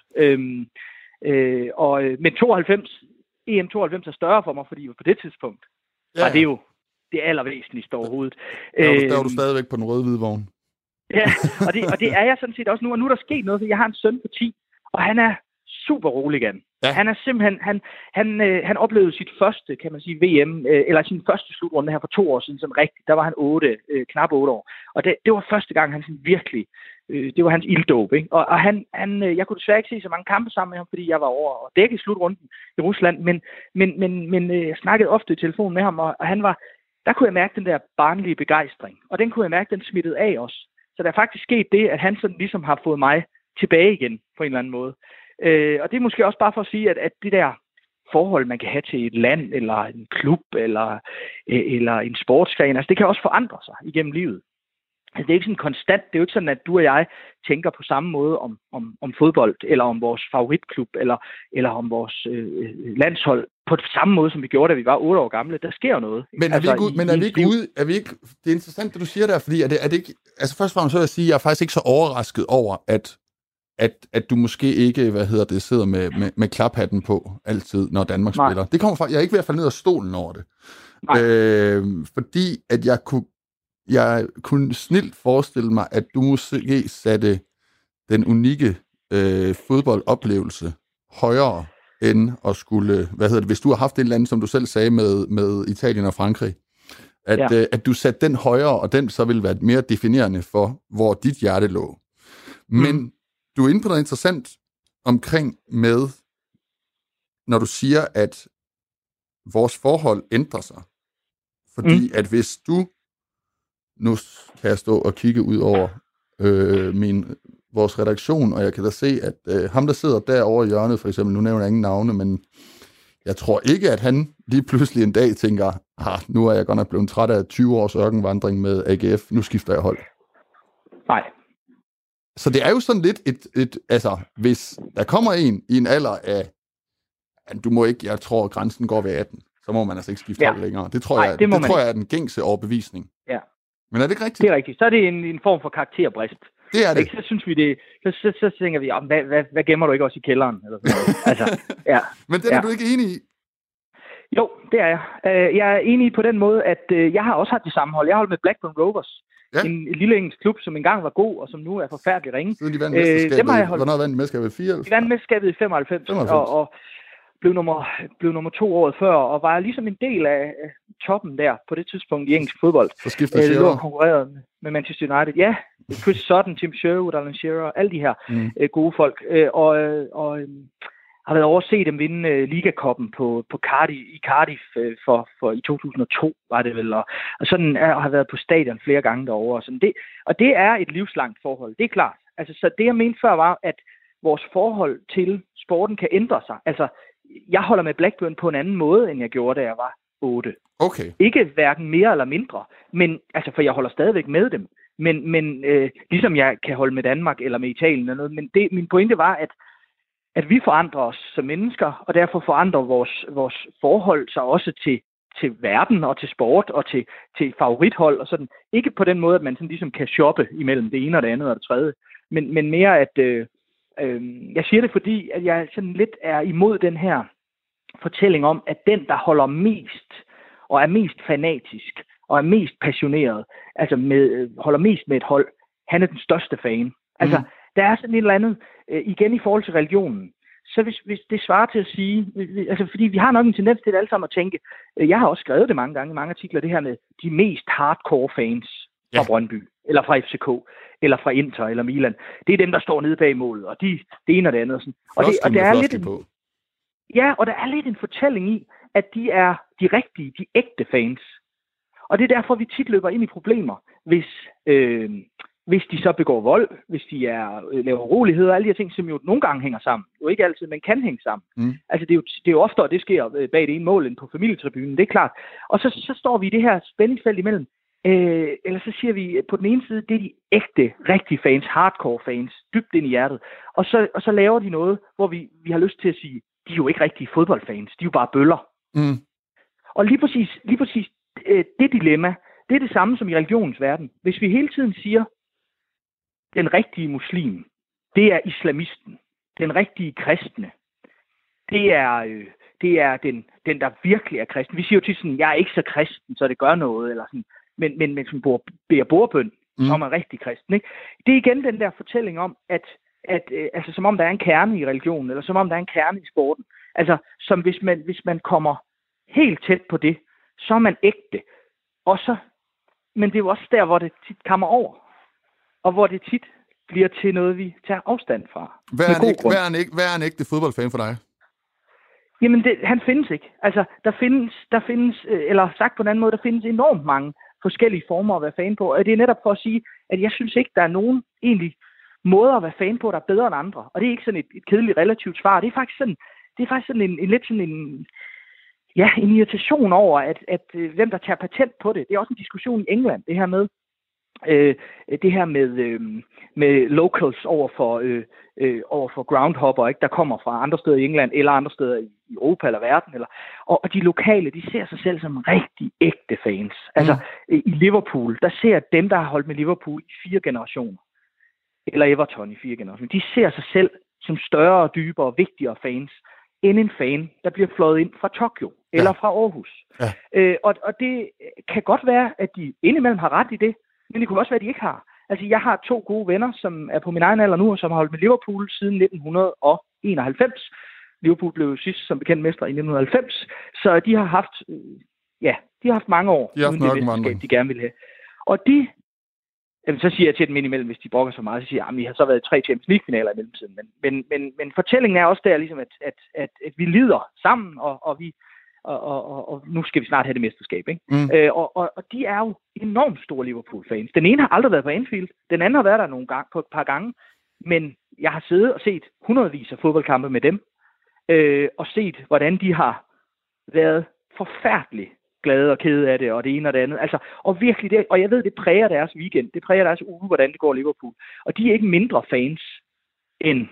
Men 92, EM92 er større for mig, fordi på det tidspunkt var det jo det allervæsentligste overhovedet. Der var du stadigvæk på den røde-hvide vogn. Ja, og det er jeg sådan set også nu, og nu er der sket noget, for jeg har en søn på 10, og han er super rolig igen. Ja. Han er simpelthen, han oplevede sit første, kan man sige, VM, eller sin første slutrunde her for 2 år siden, sådan rigtigt. Der var han knap 8 år. Og det var første gang, han sådan virkelig, det var hans ilddåb, ikke? Og han, jeg kunne desværre ikke se så mange kampe sammen med ham, fordi jeg var over og dække slutrunden i Rusland, men jeg snakkede ofte i telefon med ham, og han var, der kunne jeg mærke den der barnlige begejstring, og den kunne jeg mærke, den smittede af os. Så der er faktisk sket det, at han sådan ligesom har fået mig tilbage igen på en eller anden måde. Og det er måske også bare for at sige, at det der forhold, man kan have til et land, eller en klub, eller en sportsgren, altså det kan også forandre sig igennem livet. Altså det er ikke sådan konstant, det er jo ikke sådan, at du og jeg tænker på samme måde om fodbold, eller om vores favoritklub, eller om vores landshold, på samme måde, som vi gjorde, da vi var 8 år gamle. Der sker noget. Men er vi ikke det er interessant, det du siger der, fordi er det ikke, altså først og fremmest så vil jeg sige, at jeg er faktisk ikke så overrasket over, at du måske ikke, sidder med klaphatten på altid, når Danmark spiller. Det kommer fra, jeg er ikke ved at falde ned af stolen over det. Fordi at jeg kunne snilt forestille mig, at du måske satte den unikke fodboldoplevelse højere end at skulle, hvis du har haft et eller andet, som du selv sagde med Italien og Frankrig, at du satte den højere, og den så ville være mere definerende for, hvor dit hjerte lå. Men du er inde på noget interessant omkring med, når du siger, at vores forhold ændrer sig. Fordi at hvis du, nu kan jeg stå og kigge ud over vores redaktion, og jeg kan da se, at ham, der sidder derovre i hjørnet, for eksempel, nu nævner jeg ingen navne, men jeg tror ikke, at han lige pludselig en dag tænker, nu er jeg godt nok blevet træt af 20 års ørkenvandring med AGF, nu skifter jeg hold. Nej. Så det er jo sådan lidt altså, hvis der kommer en i en alder af, du må ikke, jeg tror, grænsen går ved 18, så må man altså ikke skifte hold længere. Det tror jeg er den gængse overbevisning. Ja. Men er det ikke rigtigt? Det er rigtigt. Så er det en form for karakterbrist. Det er det. Så synes vi det. Så tænker vi, hvad gemmer du ikke også i kælderen? Eller sådan. Altså, ja. Men den er du ikke enig i? Jo, det er jeg. Jeg er enig på den måde, at jeg har også haft det samme hold. Jeg har holdt med Blackburn Rovers. Ja. En lille engelsk klub, som engang var god, og som nu er forfærdelig ringe. Siden de vandt mesterskabet. Hvornår vandt de mesterskabet? 94? De vandt mesterskabet i 95. Og blev nummer 2 året før, og var ligesom en del af toppen der på det tidspunkt i engelsk fodbold. Så skiftede Shearer. Lå konkurreret med Manchester United. Ja, Chris Sutton, Tim Sherwood, Alan Shearer, alle de her gode folk. Og har været over at se dem vinde Liga-koppen på Cardiff for i 2002, var det vel. Og sådan har været på stadion flere gange derovre. Og det er et livslangt forhold, det er klart. Altså, så det jeg mente før var, at vores forhold til sporten kan ændre sig. Altså, jeg holder med Blackburn på en anden måde, end jeg gjorde, da jeg var 8. Okay. Ikke hverken mere eller mindre, men, altså, for jeg holder stadigvæk med dem. Men ligesom jeg kan holde med Danmark eller med Italien eller noget, men min pointe var, at vi forandrer os som mennesker, og derfor forandrer vores forhold sig også til verden og til sport og til favorithold og sådan. Ikke på den måde, at man sådan ligesom kan shoppe imellem det ene og det andet og det tredje, men mere at jeg siger det, fordi at jeg sådan lidt er imod den her fortælling om, at den, der holder mest og er mest fanatisk og er mest passioneret, altså holder mest med et hold, han er den største fan. Altså, der er sådan et eller andet, igen i forhold til religionen, så hvis det svarer til at sige, altså fordi vi har nok en tendens til det alle sammen at tænke, jeg har også skrevet det mange gange i mange artikler, det her med de mest hardcore fans fra Brøndby, eller fra FCK, eller fra Inter, eller Milan. Det er dem, der står nede bag målet, og det ene og det andet. Og, sådan. Og der er lidt ja, og der er lidt en fortælling i, at de er de rigtige, de ægte fans. Og det er derfor, vi tit løber ind i problemer, hvis de så begår vold, hvis de laver uroligheder, alle de her ting, som jo nogle gange hænger sammen. Jo ikke altid, men kan hænge sammen. Altså det er jo oftere, det sker bag det ene mål end på familietribunen, det er klart. Og så står vi i det her spændingsfelt imellem. Eller så siger vi, på den ene side, det er de ægte, rigtige fans, hardcore fans, dybt ind i hjertet. Og så laver de noget, hvor vi har lyst til at sige, de er jo ikke rigtige fodboldfans, de er jo bare bøller. Og lige præcis det dilemma, det er det samme som i religionens verden. Hvis vi hele tiden siger, den rigtige muslim, det er islamisten. Den rigtige kristne, det er den, der virkelig er kristen. Vi siger jo til sådan, jeg er ikke så kristen, så det gør noget, eller sådan, men som beder bordbøn, så er man rigtig kristen. Ikke? Det er igen den der fortælling om, at altså, som om der er en kerne i religionen, eller som om der er en kerne i sporten. Altså, som hvis man kommer helt tæt på det, så er man ægte. Men det er jo også der, hvor det tit kommer over. Og hvor det tit bliver til noget, vi tager afstand fra. Hvad er en ægte fodboldfan for dig? Jamen, han findes ikke. Altså, der findes, eller sagt på en anden måde, der findes enormt mange forskellige former at være fan på. Og det er netop for at sige, at jeg synes ikke, der er nogen egentlig måder at være fan på, der er bedre end andre. Og det er ikke sådan et kedeligt relativt svar. Det er faktisk sådan en lidt sådan en irritation over, at hvem der tager patent på det. Det er også en diskussion i England, det her med locals over for groundhopper, ikke, der kommer fra andre steder i England eller andre steder i Europa eller verden, og de lokale, de ser sig selv som rigtig ægte fans. Altså i Liverpool, der ser dem, der har holdt med Liverpool i 4 generationer, eller Everton i 4 generationer, de ser sig selv som større, dybere, vigtigere fans end en fan, der bliver fløjet ind fra Tokyo eller fra Aarhus. Ja. Og det kan godt være, at de indimellem har ret i det, men det kunne også være, at de ikke har. Altså, jeg har 2 gode venner, som er på min egen alder nu, og som har holdt med Liverpool siden 1991. Liverpool blev sidst som bekendt mestre i 1990, så de har haft mange år, uden det mesterskab, de gerne ville have. Og så siger jeg til dem indimellem, hvis de brokker så meget, så siger jeg, at vi har så været 3 Champions League-finaler i mellemtiden. Men fortællingen er også der, ligesom, at vi lider sammen, og nu skal vi snart have det mesterskab, ikke? Og de er jo enormt store Liverpool-fans. Den ene har aldrig været på Anfield, den anden har været der på et par gange, men jeg har siddet og set hundredvis af fodboldkampe med dem, og set, hvordan de har været forfærdeligt glade og kede af det, og det ene og det andet. Altså, og virkelig det, og jeg ved, det præger deres weekend, det præger deres uge, hvordan det går Liverpool. Og de er ikke mindre fans end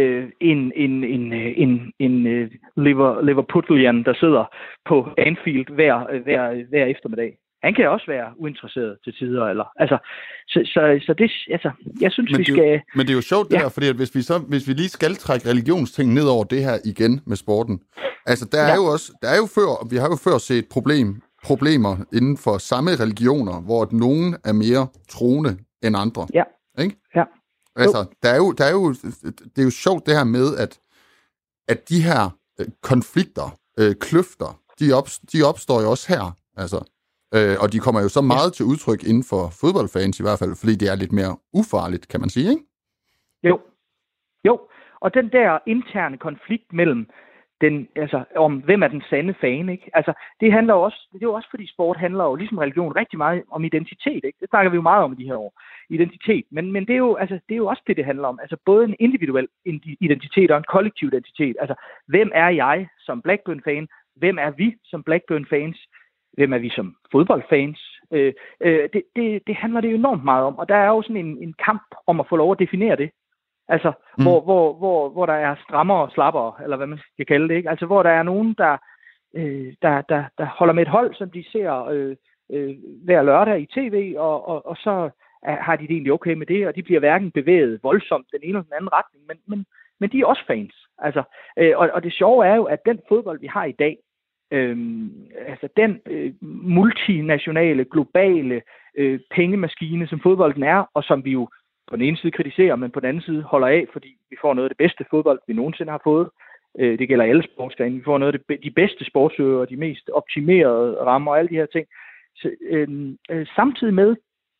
en Liverpoolian, der sidder på Anfield hver eftermiddag. Han kan også være uinteresseret til tider, eller altså, så det, altså, jeg synes, vi skal. Men det er jo sjovt det her, fordi at hvis vi lige skal trække religionsting ned over det her igen med sporten, altså vi har jo før set problemer inden for samme religioner, hvor nogen er mere troende end andre. Ja. Ikke? Ja. Altså, det er jo sjovt det her med, at de her konflikter, kløfter, de opstår jo også her. Altså, og de kommer jo så meget til udtryk inden for fodboldfans i hvert fald, fordi det er lidt mere ufarligt, kan man sige, ikke? Jo. Og den der interne konflikt mellem om hvem er den sande fan, ikke? Altså, det er jo også fordi sport handler jo, ligesom religion, rigtig meget om identitet, ikke? Det snakker vi jo meget om i de her år. Identitet. Men det er jo også det handler om. Altså, både en individuel identitet og en kollektiv identitet. Altså, hvem er jeg som Blackburn-fan? Hvem er vi som Blackburn-fans? Hvem er vi som fodboldfans? Det handler det jo enormt meget om. Og der er jo sådan en kamp om at få lov at definere det. Altså, hvor der er strammere og slappere, eller hvad man skal kalde det, ikke? Altså, hvor der er nogen, der holder med et hold, som de ser hver lørdag i tv, og så har de det egentlig okay med det, og de bliver hverken bevæget voldsomt den ene eller den anden retning, men de er også fans. Altså, og det sjove er jo, at den fodbold, vi har i dag, altså den multinationale, globale pengemaskine, som fodbolden er, og som vi jo på den ene side kritiserer, men på den anden side holder af, fordi vi får noget af det bedste fodbold, vi nogensinde har fået. Det gælder alle sportsgrene. Vi får noget af de bedste sportsøger, de mest optimerede rammer og alle de her ting. Så, samtidig med,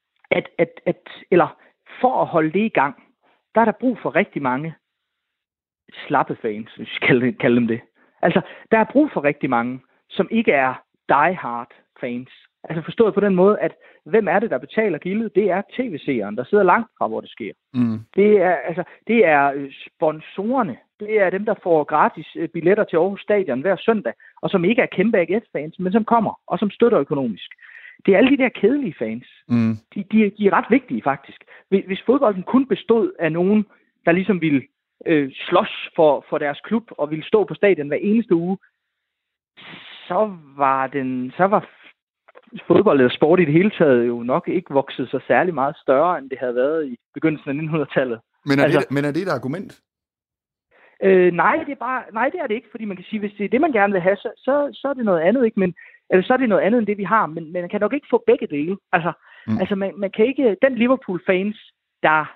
eller for at holde det i gang, der er der brug for rigtig mange slappe fans, hvis vi skal kalde dem det. Altså, der er brug for rigtig mange, som ikke er die-hard fans. Altså forstået på den måde, at hvem er det, der betaler gildet? Det er tv-seeren, der sidder langt fra, hvor det sker. Det er sponsorerne. Det er dem, der får gratis billetter til Aarhus Stadion hver søndag, og som ikke er kæmpe AGF-fans, men som kommer, og som støtter økonomisk. Det er alle de der kedelige fans. De er ret vigtige, faktisk. Hvis fodbolden kun bestod af nogen, der ligesom ville slås for deres klub, og ville stå på stadion hver eneste uge, så var fodbold eller sport i det hele taget jo nok ikke vokset så særlig meget større, end det havde været i begyndelsen af 1900-tallet. Men er det et argument? Nej, det er det ikke, fordi man kan sige, hvis det er det, man gerne vil have, så er det noget andet, ikke? Men så er det noget andet end det, vi har, men man kan nok ikke få begge dele. Altså man kan ikke, den Liverpool-fans, der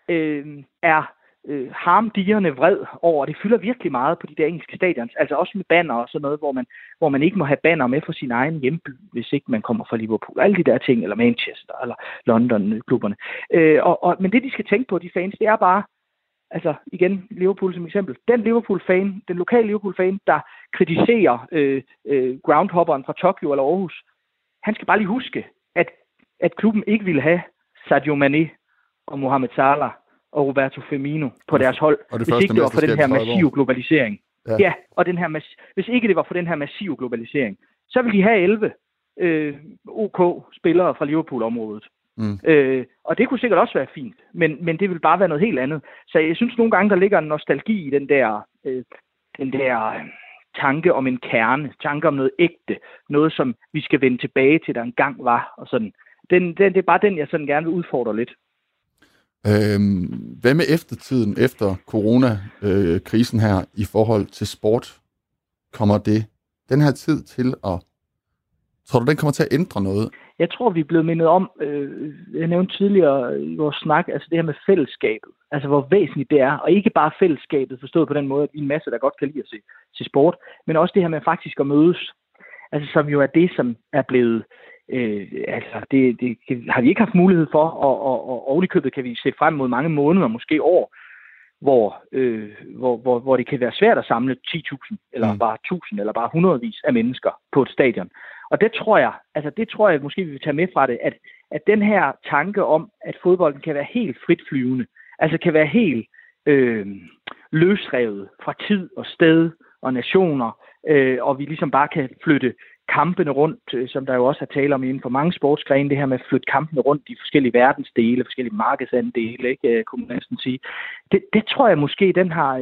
er harmdirrende vred over, det fylder virkelig meget på de der engelske stadions, altså også med banner og sådan noget, hvor man ikke må have banner med for sin egen hjemby, hvis ikke man kommer fra Liverpool. Alle de der ting, eller Manchester, eller London-klubberne. Men det, de skal tænke på, de fans, det er bare, altså igen, Liverpool som eksempel, den Liverpool-fan, den lokale Liverpool-fan, der kritiserer groundhopperen fra Tokyo eller Aarhus, han skal bare lige huske, at klubben ikke ville have Sadio Mane og Mohamed Salah og Roberto Firmino på deres hold, hvis ikke det var for den her massive globalisering. Ja, og hvis ikke det var for den her massive globalisering, så ville de have 11 OK-spillere fra Liverpool-området. Og det kunne sikkert også være fint, men det ville bare være noget helt andet. Så jeg synes nogle gange, der ligger en nostalgi i den der tanke om en kerne, tanke om noget ægte, noget som vi skal vende tilbage til, der engang var, og sådan. Det er bare den, jeg sådan gerne vil udfordre lidt. Hvad med eftertiden, efter coronakrisen her, i forhold til sport? Kommer den her tid til at... Tror du, den kommer til at ændre noget? Jeg tror, vi er blevet mindet om, jeg nævnte tidligere i vores snak, altså det her med fællesskabet. Altså hvor væsentligt det er, og ikke bare fællesskabet, forstået på den måde, at vi er en masse, der godt kan lide at se sport, men også det her med faktisk at mødes. Altså som jo er det, som er blevet... det har vi ikke haft mulighed for, og ovenikøbet kan vi se frem mod mange måneder, måske år, hvor det kan være svært at samle 10.000, eller bare 1.000, eller bare hundredvis af mennesker på et stadion. Og det tror jeg måske vi vil tage med fra det, at den her tanke om, at fodbolden kan være helt fritflyvende, altså kan være helt løsrevet fra tid og sted og nationer, og vi ligesom bare kan flytte kampene rundt, som der jo også er tale om inden for mange sportsgrene, det her med at flytte kampene rundt i forskellige verdensdele, forskellige markedsandele, ikke, kunne man næsten sige. Det tror jeg måske, den har,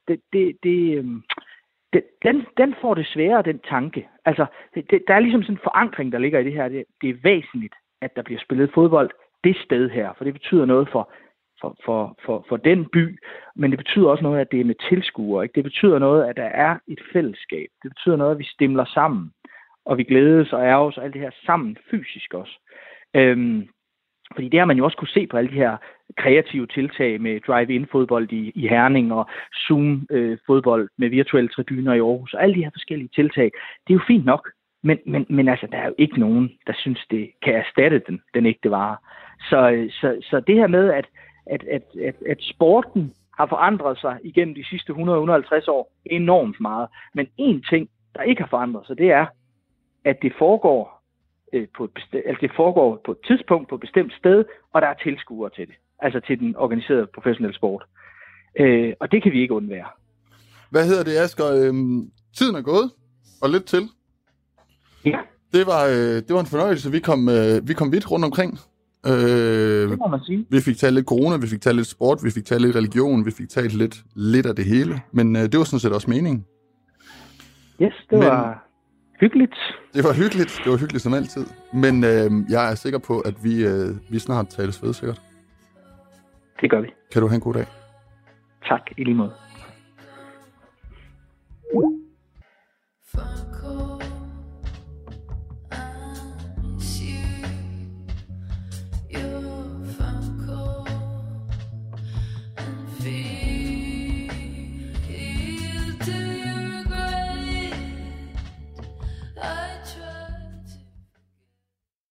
den får det sværere, den tanke. Altså, der er ligesom sådan en forankring, der ligger i det her. Det er væsentligt, at der bliver spillet fodbold det sted her, for det betyder noget for den by, men det betyder også noget, at det er med tilskuere, ikke? Det betyder noget, at der er et fællesskab. Det betyder noget, at vi stimler sammen, og vi glædes og ærges og alt det her sammen fysisk også. Fordi det har man jo også kunne se på alle de her kreative tiltag med drive-in-fodbold i Herning og Zoom-fodbold med virtuelle tribuner i Aarhus og alle de her forskellige tiltag. Det er jo fint nok, men altså, der er jo ikke nogen, der synes, det kan erstatte den ægte vare. Så det her med, at sporten har forandret sig igennem de sidste 100-150 år enormt meget. Men én ting, der ikke har forandret sig, det er, at det foregår på et tidspunkt på et bestemt sted, og der er tilskuere til det. Altså til den organiserede professionelle sport. Og det kan vi ikke undvære. Hvad hedder det, Asger? Tiden er gået, og lidt til. Ja. Det var en fornøjelse. Vi kom vidt rundt omkring. Det må man sige. Vi fik talt lidt corona, vi fik talt lidt sport, vi fik talt lidt religion, vi fik talt lidt af det hele. Men det var sådan set også meningen. Yes, det var hyggeligt. Det var hyggeligt som altid. Men jeg er sikker på, at vi snart tales ved, sikkert. Det gør vi. Kan du have en god dag? Tak, i lige måde.